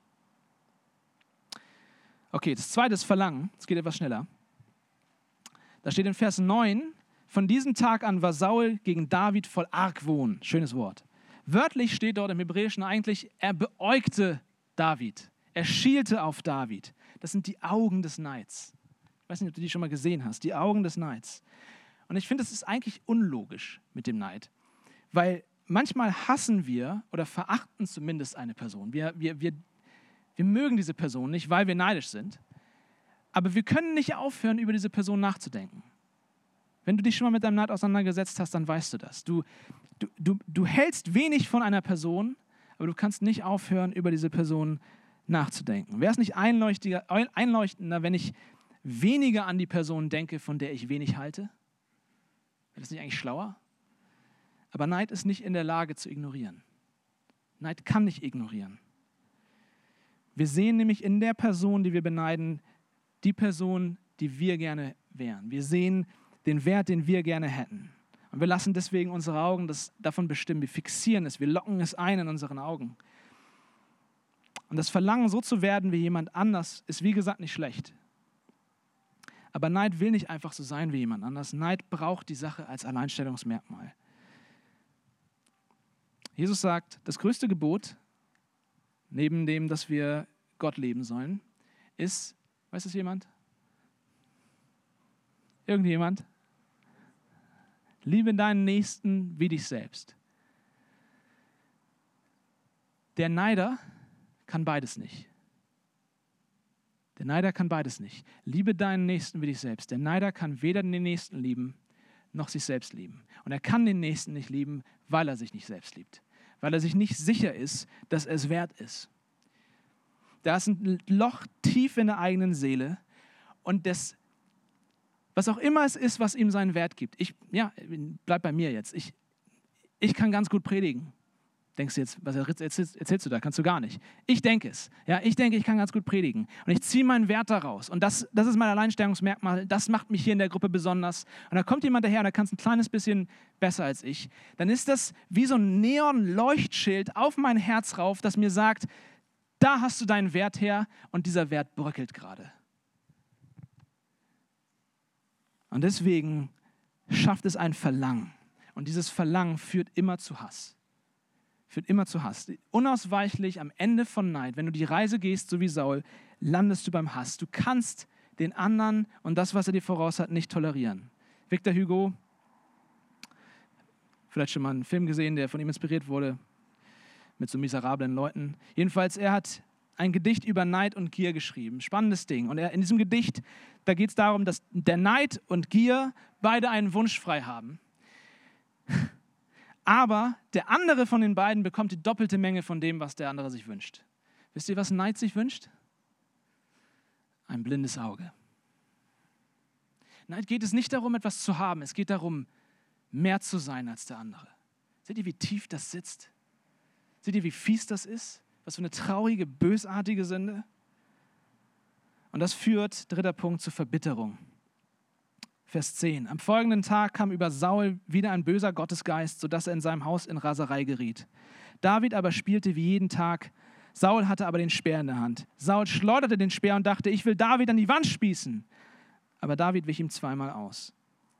Okay, das zweite ist Verlangen. Es geht etwas schneller. Da steht in Vers 9, von diesem Tag an war Saul gegen David voll Argwohn. Schönes Wort. Wörtlich steht dort im Hebräischen eigentlich, er beäugte David. Er schielte auf David. Das sind die Augen des Neids. Ich weiß nicht, ob du die schon mal gesehen hast. Die Augen des Neids. Und ich finde, es ist eigentlich unlogisch mit dem Neid. Weil manchmal hassen wir oder verachten zumindest eine Person. Wir mögen diese Person nicht, weil wir neidisch sind. Aber wir können nicht aufhören, über diese Person nachzudenken. Wenn du dich schon mal mit deinem Neid auseinandergesetzt hast, dann weißt du das. Du hältst wenig von einer Person, aber du kannst nicht aufhören, über diese Person nachzudenken. Wäre es nicht einleuchtender, wenn ich weniger an die Person denke, von der ich wenig halte? Wäre das nicht eigentlich schlauer? Aber Neid ist nicht in der Lage zu ignorieren. Neid kann nicht ignorieren. Wir sehen nämlich in der Person, die wir beneiden, die Person, die wir gerne wären. Wir sehen den Wert, den wir gerne hätten. Und wir lassen deswegen unsere Augen davon bestimmen. Wir fixieren es, wir locken es ein in unseren Augen. Und das Verlangen, so zu werden wie jemand anders, ist wie gesagt nicht schlecht. Aber Neid will nicht einfach so sein wie jemand anders. Neid braucht die Sache als Alleinstellungsmerkmal. Jesus sagt, das größte Gebot, neben dem, dass wir Gott leben sollen, ist, weiß es jemand? Irgendjemand? Liebe deinen Nächsten wie dich selbst. Der Neider kann beides nicht. Der Neider kann beides nicht. Liebe deinen Nächsten wie dich selbst. Der Neider kann weder den Nächsten lieben, noch sich selbst lieben. Und er kann den Nächsten nicht lieben, weil er sich nicht selbst liebt. Weil er sich nicht sicher ist, dass er es wert ist. Da ist ein Loch tief in der eigenen Seele. Und das, was auch immer es ist, was ihm seinen Wert gibt. Bleib bei mir jetzt. Ich kann ganz gut predigen. Denkst du jetzt, was erzählst du da? Kannst du gar nicht. Ich denke es. Ja, ich denke, ich kann ganz gut predigen. Und ich ziehe meinen Wert daraus. Und das ist mein Alleinstellungsmerkmal. Das macht mich hier in der Gruppe besonders. Und da kommt jemand daher und der kann es ein kleines bisschen besser als ich. Dann ist das wie so ein Neon-Leuchtschild auf mein Herz rauf, das mir sagt, da hast du deinen Wert her und dieser Wert bröckelt gerade. Und deswegen schafft es ein Verlangen. Und dieses Verlangen führt immer zu Hass. Führt immer zu Hass. Unausweichlich am Ende von Neid, wenn du die Reise gehst, so wie Saul, landest du beim Hass. Du kannst den anderen und das, was er dir voraus hat, nicht tolerieren. Victor Hugo, vielleicht schon mal einen Film gesehen, der von ihm inspiriert wurde, mit so miserablen Leuten. Jedenfalls, er hat ein Gedicht über Neid und Gier geschrieben. Spannendes Ding. Und in diesem Gedicht, da geht es darum, dass der Neid und Gier beide einen Wunsch frei haben. Aber der andere von den beiden bekommt die doppelte Menge von dem, was der andere sich wünscht. Wisst ihr, was Neid sich wünscht? Ein blindes Auge. Neid geht es nicht darum, etwas zu haben. Es geht darum, mehr zu sein als der andere. Seht ihr, wie tief das sitzt? Seht ihr, wie fies das ist? Was für eine traurige, bösartige Sünde? Und das führt, dritter Punkt, zur Verbitterung. Vers 10. Am folgenden Tag kam über Saul wieder ein böser Gottesgeist, sodass er in seinem Haus in Raserei geriet. David aber spielte wie jeden Tag. Saul hatte aber den Speer in der Hand. Saul schleuderte den Speer und dachte, ich will David an die Wand spießen. Aber David wich ihm zweimal aus.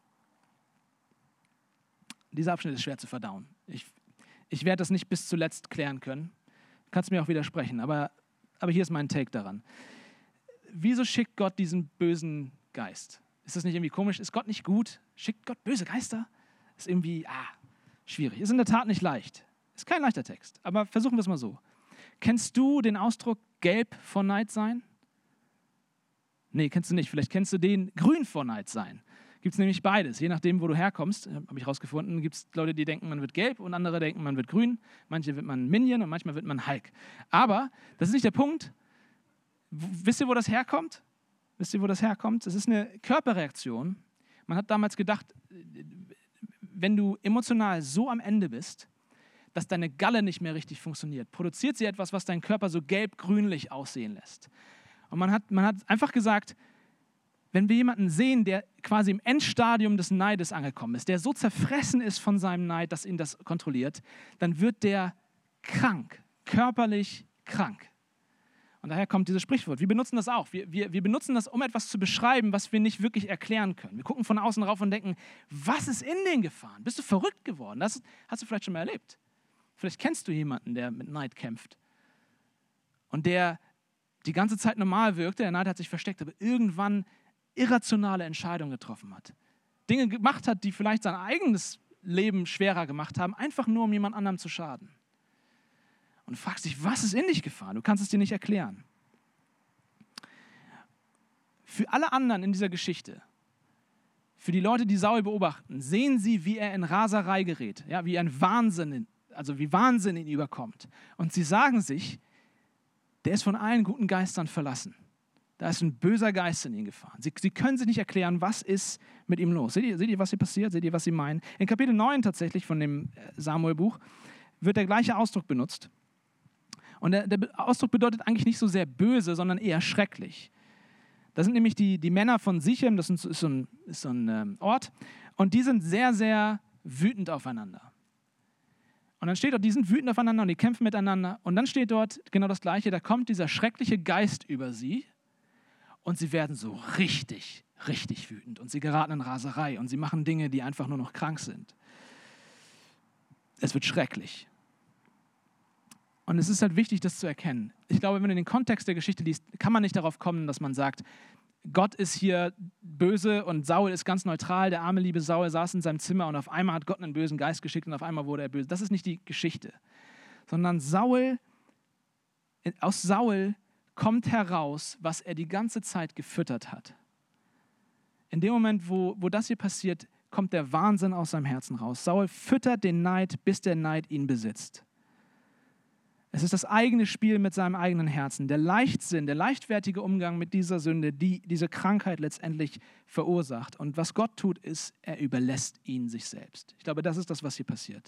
Dieser Abschnitt ist schwer zu verdauen. Ich werde das nicht bis zuletzt klären können. Du kannst mir auch widersprechen, aber hier ist mein Take daran. Wieso schickt Gott diesen bösen Geist? Ist das nicht irgendwie komisch? Ist Gott nicht gut? Schickt Gott böse Geister? Ist irgendwie schwierig. Ist in der Tat nicht leicht. Ist kein leichter Text, aber versuchen wir es mal so. Kennst du den Ausdruck gelb vor Neid sein? Nee, kennst du nicht. Vielleicht kennst du den grün vor Neid sein. Gibt es nämlich beides. Je nachdem, wo du herkommst, habe ich rausgefunden, gibt es Leute, die denken, man wird gelb und andere denken, man wird grün. Manche wird man Minion und manchmal wird man Hulk. Aber das ist nicht der Punkt. Wisst ihr, wo das herkommt? Wisst ihr, wo das herkommt? Es ist eine Körperreaktion. Man hat damals gedacht, wenn du emotional so am Ende bist, dass deine Galle nicht mehr richtig funktioniert, produziert sie etwas, was deinen Körper so gelb-grünlich aussehen lässt. Und man hat einfach gesagt, wenn wir jemanden sehen, der quasi im Endstadium des Neides angekommen ist, der so zerfressen ist von seinem Neid, dass ihn das kontrolliert, dann wird der krank, körperlich krank. Und daher kommt dieses Sprichwort. Wir benutzen das auch. Wir benutzen das, um etwas zu beschreiben, was wir nicht wirklich erklären können. Wir gucken von außen rauf und denken, was ist in den gefahren? Bist du verrückt geworden? Das hast du vielleicht schon mal erlebt. Vielleicht kennst du jemanden, der mit Neid kämpft und der die ganze Zeit normal wirkte. Der Neid hat sich versteckt, aber irgendwann irrationale Entscheidungen getroffen hat. Dinge gemacht hat, die vielleicht sein eigenes Leben schwerer gemacht haben, einfach nur, um jemand anderem zu schaden. Und du fragst dich, was ist in dich gefahren? Du kannst es dir nicht erklären. Für alle anderen in dieser Geschichte, für die Leute, die Saul beobachten, sehen sie, wie er in Raserei gerät, ja, wie Wahnsinn ihn überkommt. Und sie sagen sich, der ist von allen guten Geistern verlassen. Da ist ein böser Geist in ihn gefahren. Sie können sich nicht erklären, was ist mit ihm los. Seht ihr, was hier passiert? Seht ihr, was sie meinen? In Kapitel 9 tatsächlich von dem Samuel-Buch wird der gleiche Ausdruck benutzt. Und der Ausdruck bedeutet eigentlich nicht so sehr böse, sondern eher schrecklich. Das sind nämlich die Männer von Sichem, das ist so ein Ort, und die sind sehr, sehr wütend aufeinander. Und dann steht dort, die sind wütend aufeinander und die kämpfen miteinander. Und dann steht dort genau das Gleiche, da kommt dieser schreckliche Geist über sie und sie werden so richtig, richtig wütend. Und sie geraten in Raserei und sie machen Dinge, die einfach nur noch krank sind. Es wird schrecklich. Und es ist halt wichtig, das zu erkennen. Ich glaube, wenn du den Kontext der Geschichte liest, kann man nicht darauf kommen, dass man sagt, Gott ist hier böse und Saul ist ganz neutral. Der arme, liebe Saul saß in seinem Zimmer und auf einmal hat Gott einen bösen Geist geschickt und auf einmal wurde er böse. Das ist nicht die Geschichte. Sondern aus Saul kommt heraus, was er die ganze Zeit gefüttert hat. In dem Moment, wo das hier passiert, kommt der Wahnsinn aus seinem Herzen raus. Saul füttert den Neid, bis der Neid ihn besitzt. Es ist das eigene Spiel mit seinem eigenen Herzen, der Leichtsinn, der leichtfertige Umgang mit dieser Sünde, die diese Krankheit letztendlich verursacht. Und was Gott tut, ist, er überlässt ihn sich selbst. Ich glaube, das ist das, was hier passiert.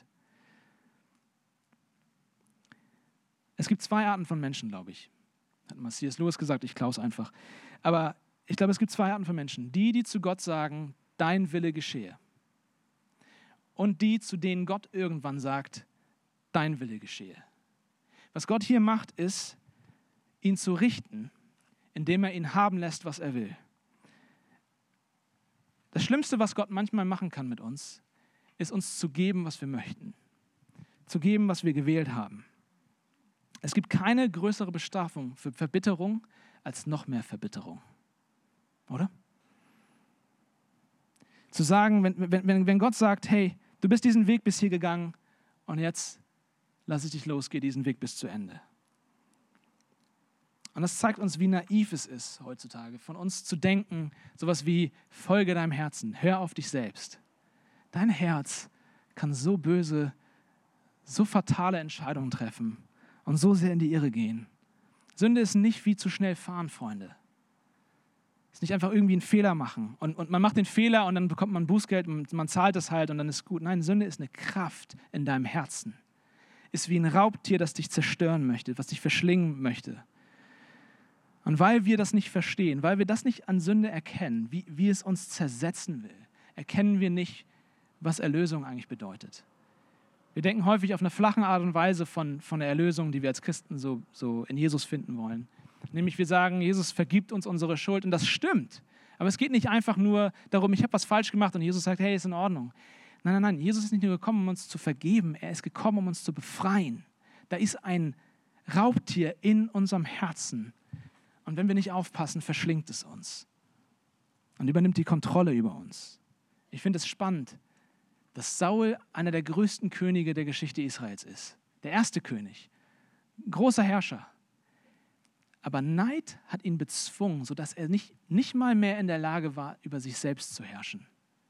Es gibt 2 Arten von Menschen, glaube ich. Hat mal C.S. Lewis gesagt, ich klaue es einfach. Aber ich glaube, es gibt 2 Arten von Menschen. Die zu Gott sagen, dein Wille geschehe. Und die, zu denen Gott irgendwann sagt, dein Wille geschehe. Was Gott hier macht, ist, ihn zu richten, indem er ihn haben lässt, was er will. Das Schlimmste, was Gott manchmal machen kann mit uns, ist uns zu geben, was wir möchten. Zu geben, was wir gewählt haben. Es gibt keine größere Bestrafung für Verbitterung als noch mehr Verbitterung. Oder? Zu sagen, wenn Gott sagt, hey, du bist diesen Weg bis hier gegangen und jetzt lass ich dich los, geh diesen Weg bis zu Ende. Und das zeigt uns, wie naiv es ist heutzutage, von uns zu denken, sowas wie, folge deinem Herzen, hör auf dich selbst. Dein Herz kann so böse, so fatale Entscheidungen treffen und so sehr in die Irre gehen. Sünde ist nicht wie zu schnell fahren, Freunde. Es ist nicht einfach irgendwie einen Fehler machen und man macht den Fehler und dann bekommt man Bußgeld und man zahlt es halt und dann ist gut. Nein, Sünde ist eine Kraft in deinem Herzen. Ist wie ein Raubtier, das dich zerstören möchte, was dich verschlingen möchte. Und weil wir das nicht verstehen, weil wir das nicht an Sünde erkennen, wie es uns zersetzen will, erkennen wir nicht, was Erlösung eigentlich bedeutet. Wir denken häufig auf eine flache Art und Weise von der Erlösung, die wir als Christen so in Jesus finden wollen. Nämlich wir sagen, Jesus vergibt uns unsere Schuld und das stimmt. Aber es geht nicht einfach nur darum, ich habe was falsch gemacht und Jesus sagt, hey, ist in Ordnung. Nein, Jesus ist nicht nur gekommen, um uns zu vergeben, er ist gekommen, um uns zu befreien. Da ist ein Raubtier in unserem Herzen. Und wenn wir nicht aufpassen, verschlingt es uns und übernimmt die Kontrolle über uns. Ich finde es spannend, dass Saul einer der größten Könige der Geschichte Israels ist. Der erste König, großer Herrscher. Aber Neid hat ihn bezwungen, sodass er nicht mal mehr in der Lage war, über sich selbst zu herrschen.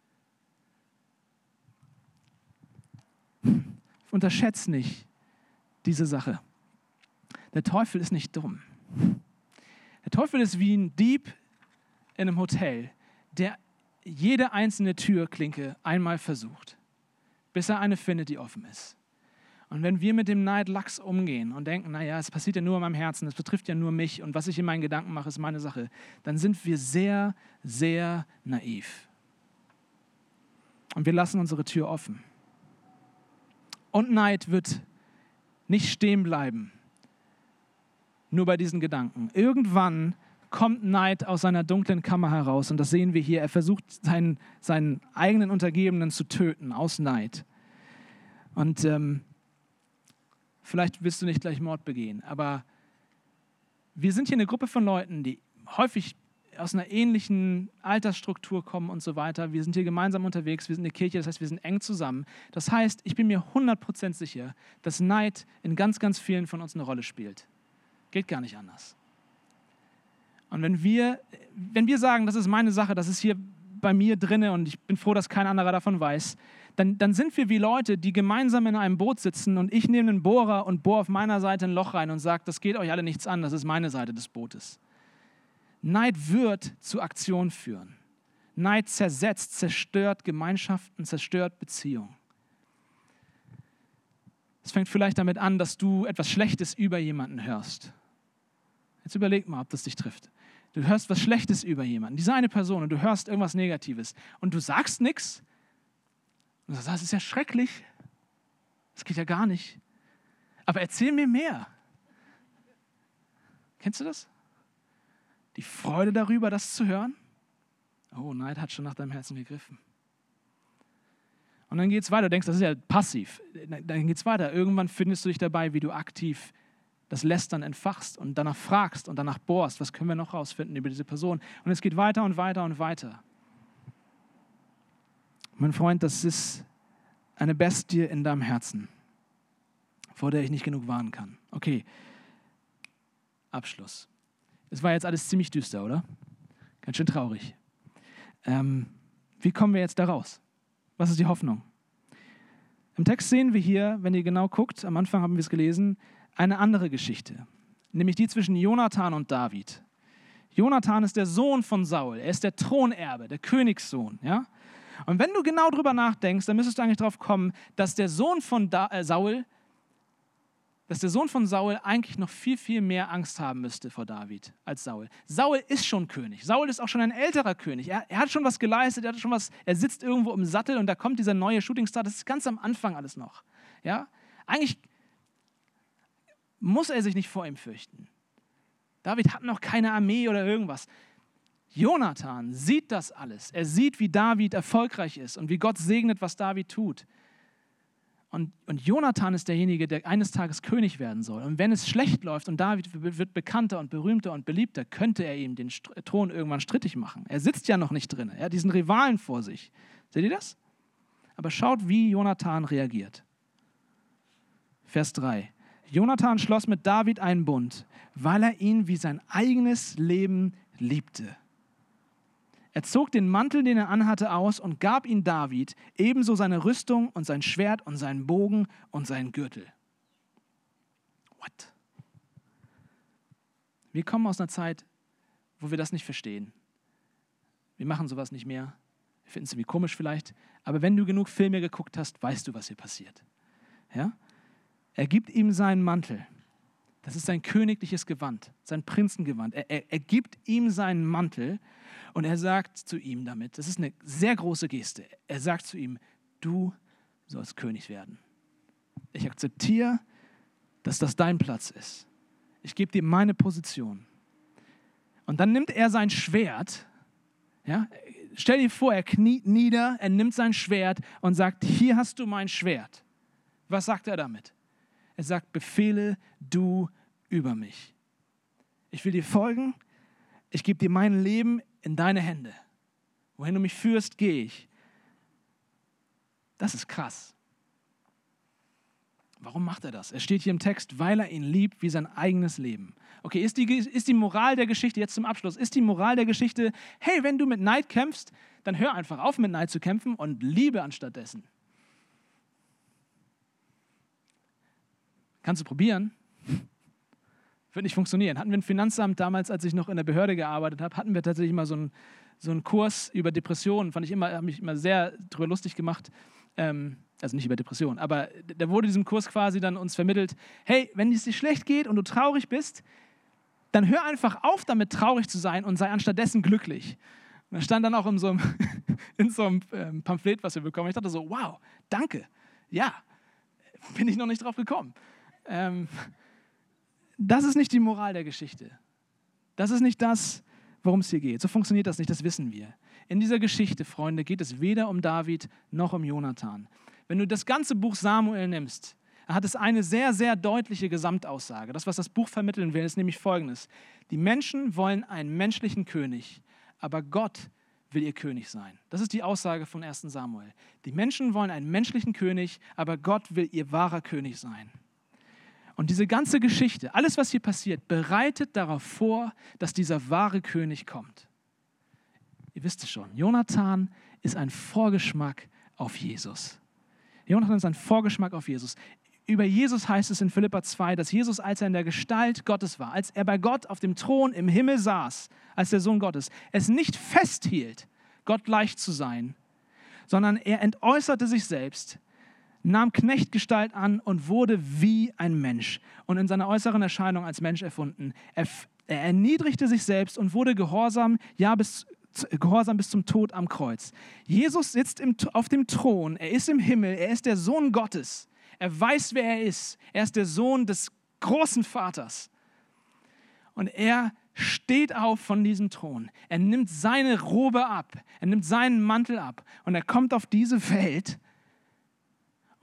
Unterschätzt nicht diese Sache. Der Teufel ist nicht dumm. Der Teufel ist wie ein Dieb in einem Hotel, der jede einzelne Türklinke einmal versucht, bis er eine findet, die offen ist. Und wenn wir mit dem Neid lax umgehen und denken, naja, es passiert ja nur in meinem Herzen, es betrifft ja nur mich und was ich in meinen Gedanken mache, ist meine Sache, dann sind wir sehr, sehr naiv. Und wir lassen unsere Tür offen. Und Neid wird nicht stehen bleiben, nur bei diesen Gedanken. Irgendwann kommt Neid aus seiner dunklen Kammer heraus und das sehen wir hier. Er versucht, seinen eigenen Untergebenen zu töten aus Neid. Und vielleicht willst du nicht gleich Mord begehen, aber wir sind hier eine Gruppe von Leuten, die häufig aus einer ähnlichen Altersstruktur kommen und so weiter. Wir sind hier gemeinsam unterwegs, wir sind eine Kirche, das heißt, wir sind eng zusammen. Das heißt, ich bin mir 100% sicher, dass Neid in ganz, ganz vielen von uns eine Rolle spielt. Geht gar nicht anders. Und wenn wir sagen, das ist meine Sache, das ist hier bei mir drinne und ich bin froh, dass kein anderer davon weiß, dann sind wir wie Leute, die gemeinsam in einem Boot sitzen und ich nehme einen Bohrer und bohre auf meiner Seite ein Loch rein und sage, das geht euch alle nichts an, das ist meine Seite des Bootes. Neid wird zu Aktion führen. Neid zersetzt, zerstört Gemeinschaften, zerstört Beziehungen. Es fängt vielleicht damit an, dass du etwas Schlechtes über jemanden hörst. Jetzt überleg mal, ob das dich trifft. Du hörst was Schlechtes über jemanden, diese eine Person, und du hörst irgendwas Negatives und du sagst nichts. Und du sagst, das ist ja schrecklich. Das geht ja gar nicht. Aber erzähl mir mehr. Kennst du das? Die Freude darüber, das zu hören? Oh, Neid hat schon nach deinem Herzen gegriffen. Und dann geht es weiter. Du denkst, das ist ja passiv. Dann geht es weiter. Irgendwann findest du dich dabei, wie du aktiv das Lästern entfachst und danach fragst und danach bohrst, was können wir noch rausfinden über diese Person. Und es geht weiter und weiter und weiter. Mein Freund, das ist eine Bestie in deinem Herzen, vor der ich nicht genug warnen kann. Okay, Abschluss. Es war jetzt alles ziemlich düster, oder? Ganz schön traurig. Wie kommen wir jetzt da raus? Was ist die Hoffnung? Im Text sehen wir hier, wenn ihr genau guckt, am Anfang haben wir es gelesen, eine andere Geschichte, nämlich die zwischen Jonathan und David. Jonathan ist der Sohn von Saul, er ist der Thronerbe, der Königssohn. Ja? Und wenn du genau drüber nachdenkst, dann müsstest du eigentlich drauf kommen, dass der Sohn von Saul eigentlich noch viel, viel mehr Angst haben müsste vor David als Saul. Saul ist schon König. Saul ist auch schon ein älterer König. Er hat schon was geleistet, er sitzt irgendwo im Sattel und da kommt dieser neue Shootingstar. Das ist ganz am Anfang alles noch. Ja? Eigentlich muss er sich nicht vor ihm fürchten. David hat noch keine Armee oder irgendwas. Jonathan sieht das alles. Er sieht, wie David erfolgreich ist und wie Gott segnet, was David tut. Und Jonathan ist derjenige, der eines Tages König werden soll. Und wenn es schlecht läuft und David wird bekannter und berühmter und beliebter, könnte er ihm den Thron irgendwann strittig machen. Er sitzt ja noch nicht drin. Er hat diesen Rivalen vor sich. Seht ihr das? Aber schaut, wie Jonathan reagiert. Vers 3. Jonathan schloss mit David einen Bund, weil er ihn wie sein eigenes Leben liebte. Er zog den Mantel, den er anhatte, aus und gab ihn David, ebenso seine Rüstung und sein Schwert und seinen Bogen und seinen Gürtel. What? Wir kommen aus einer Zeit, wo wir das nicht verstehen. Wir machen sowas nicht mehr. Wir finden es irgendwie komisch vielleicht. Aber wenn du genug Filme geguckt hast, weißt du, was hier passiert. Ja? Er gibt ihm seinen Mantel. Das ist sein königliches Gewand, sein Prinzengewand. Er gibt ihm seinen Mantel und er sagt zu ihm damit, das ist eine sehr große Geste, er sagt zu ihm, du sollst König werden. Ich akzeptiere, dass das dein Platz ist. Ich gebe dir meine Position. Und dann nimmt er sein Schwert, ja, stell dir vor, er kniet nieder, er nimmt sein Schwert und sagt, hier hast du mein Schwert. Was sagt er damit? Er sagt, befehle du über mich. Ich will dir folgen, ich gebe dir mein Leben in deine Hände. Wohin du mich führst, gehe ich. Das ist krass. Warum macht er das? Es steht hier im Text, weil er ihn liebt wie sein eigenes Leben. Okay, ist die Moral der Geschichte, jetzt zum Abschluss, ist die Moral der Geschichte, hey, wenn du mit Neid kämpfst, dann hör einfach auf, mit Neid zu kämpfen und liebe anstattdessen. Kannst du probieren? Wird nicht funktionieren. Hatten wir ein Finanzamt damals, als ich noch in der Behörde gearbeitet habe, hatten wir tatsächlich mal so einen Kurs über Depressionen. Habe mich immer sehr darüber lustig gemacht. Also nicht über Depressionen, aber da wurde in diesem Kurs quasi dann uns vermittelt, hey, wenn es dir schlecht geht und du traurig bist, dann hör einfach auf, damit traurig zu sein und sei anstattdessen glücklich. Und das stand dann auch in so einem Pamphlet, was wir bekommen. Ich dachte so, wow, danke. Ja, bin ich noch nicht drauf gekommen. Das ist nicht die Moral der Geschichte. Das ist nicht das, worum es hier geht. So funktioniert das nicht, das wissen wir. In dieser Geschichte, Freunde, geht es weder um David noch um Jonathan. Wenn du das ganze Buch Samuel nimmst, hat es eine sehr, sehr deutliche Gesamtaussage. Das, was das Buch vermitteln will, ist nämlich Folgendes. Die Menschen wollen einen menschlichen König, aber Gott will ihr König sein. Das ist die Aussage von 1. Samuel. Die Menschen wollen einen menschlichen König, aber Gott will ihr wahrer König sein. Und diese ganze Geschichte, alles, was hier passiert, bereitet darauf vor, dass dieser wahre König kommt. Ihr wisst es schon, Jonathan ist ein Vorgeschmack auf Jesus. Jonathan ist ein Vorgeschmack auf Jesus. Über Jesus heißt es in Philipper 2, dass Jesus, als er in der Gestalt Gottes war, als er bei Gott auf dem Thron im Himmel saß, als der Sohn Gottes, es nicht festhielt, Gott gleich zu sein, sondern er entäußerte sich selbst, nahm Knechtgestalt an und wurde wie ein Mensch und in seiner äußeren Erscheinung als Mensch erfunden. Er erniedrigte sich selbst und wurde gehorsam, gehorsam bis zum Tod am Kreuz. Jesus sitzt auf dem Thron, er ist im Himmel, er ist der Sohn Gottes. Er weiß, wer er ist. Er ist der Sohn des großen Vaters. Und er steht auf von diesem Thron. Er nimmt seine Robe ab, er nimmt seinen Mantel ab und er kommt auf diese Welt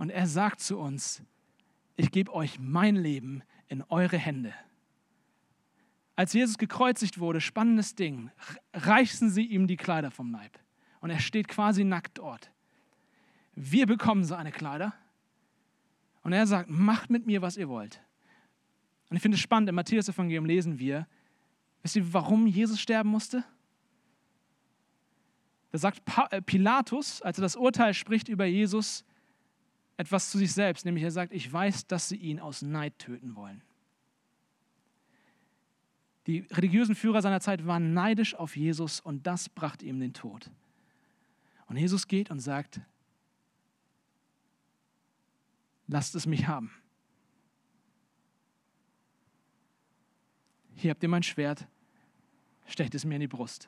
Und er sagt zu uns, ich gebe euch mein Leben in eure Hände. Als Jesus gekreuzigt wurde, spannendes Ding, reißen sie ihm die Kleider vom Leib. Und er steht quasi nackt dort. Wir bekommen seine Kleider. Und er sagt, macht mit mir, was ihr wollt. Und ich finde es spannend, im Matthäus-Evangelium lesen wir, wisst ihr, warum Jesus sterben musste? Da sagt Pilatus, als er das Urteil spricht über Jesus, etwas zu sich selbst, nämlich er sagt, ich weiß, dass sie ihn aus Neid töten wollen. Die religiösen Führer seiner Zeit waren neidisch auf Jesus und das brachte ihm den Tod. Und Jesus geht und sagt, lasst es mich haben. Hier habt ihr mein Schwert, stecht es mir in die Brust.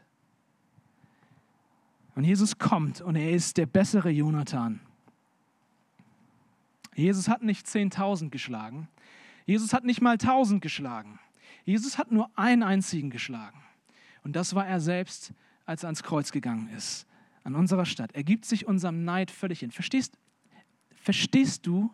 Und Jesus kommt und er ist der bessere Jonathan. Jesus hat nicht 10.000 geschlagen. Jesus hat nicht mal 1.000 geschlagen. Jesus hat nur einen einzigen geschlagen. Und das war er selbst, als er ans Kreuz gegangen ist, an unserer Stadt. Er gibt sich unserem Neid völlig hin. Verstehst du?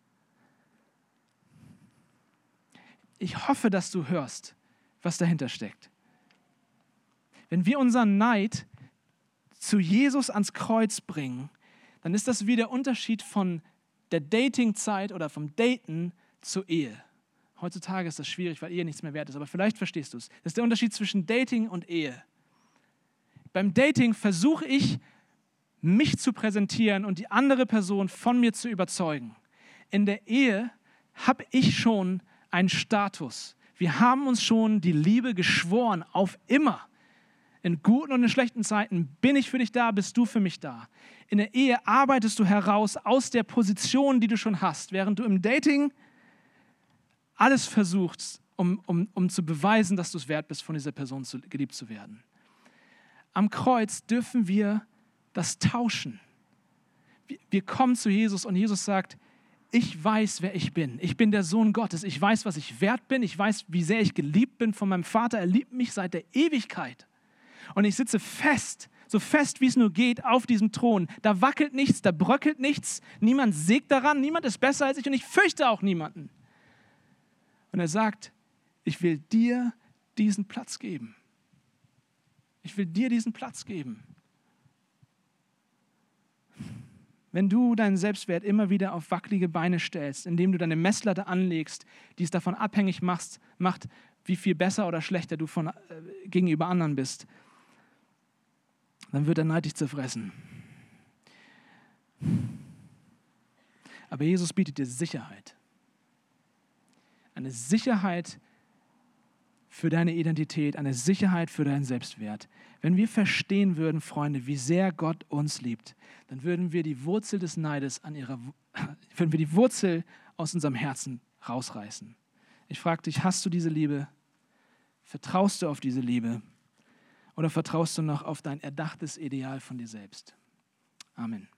Ich hoffe, dass du hörst, was dahinter steckt. Wenn wir unseren Neid zu Jesus ans Kreuz bringen, dann ist das wie der Unterschied von der Datingzeit oder vom Daten zur Ehe. Heutzutage ist das schwierig, weil Ehe nichts mehr wert ist, aber vielleicht verstehst du es. Das ist der Unterschied zwischen Dating und Ehe. Beim Dating versuche ich, mich zu präsentieren und die andere Person von mir zu überzeugen. In der Ehe habe ich schon einen Status. Wir haben uns schon die Liebe geschworen auf immer. In guten und in schlechten Zeiten bin ich für dich da, bist du für mich da. In der Ehe arbeitest du heraus aus der Position, die du schon hast, während du im Dating alles versuchst, um zu beweisen, dass du es wert bist, von dieser Person geliebt zu werden. Am Kreuz dürfen wir das tauschen. Wir kommen zu Jesus und Jesus sagt, ich weiß, wer ich bin. Ich bin der Sohn Gottes. Ich weiß, was ich wert bin. Ich weiß, wie sehr ich geliebt bin von meinem Vater. Er liebt mich seit der Ewigkeit. Und ich sitze fest, so fest wie es nur geht, auf diesem Thron. Da wackelt nichts, da bröckelt nichts. Niemand sägt daran, niemand ist besser als ich und ich fürchte auch niemanden. Und er sagt, ich will dir diesen Platz geben. Ich will dir diesen Platz geben. Wenn du deinen Selbstwert immer wieder auf wackelige Beine stellst, indem du deine Messlatte anlegst, die es davon abhängig macht, wie viel besser oder schlechter du gegenüber anderen bist, dann wird der Neid dich zerfressen. Aber Jesus bietet dir Sicherheit. Eine Sicherheit für deine Identität, eine Sicherheit für deinen Selbstwert. Wenn wir verstehen würden, Freunde, wie sehr Gott uns liebt, dann würden wir die Wurzel des Neides würden wir die Wurzel aus unserem Herzen rausreißen. Ich frage dich, hast du diese Liebe? Vertraust du auf diese Liebe? Oder vertraust du noch auf dein erdachtes Ideal von dir selbst? Amen.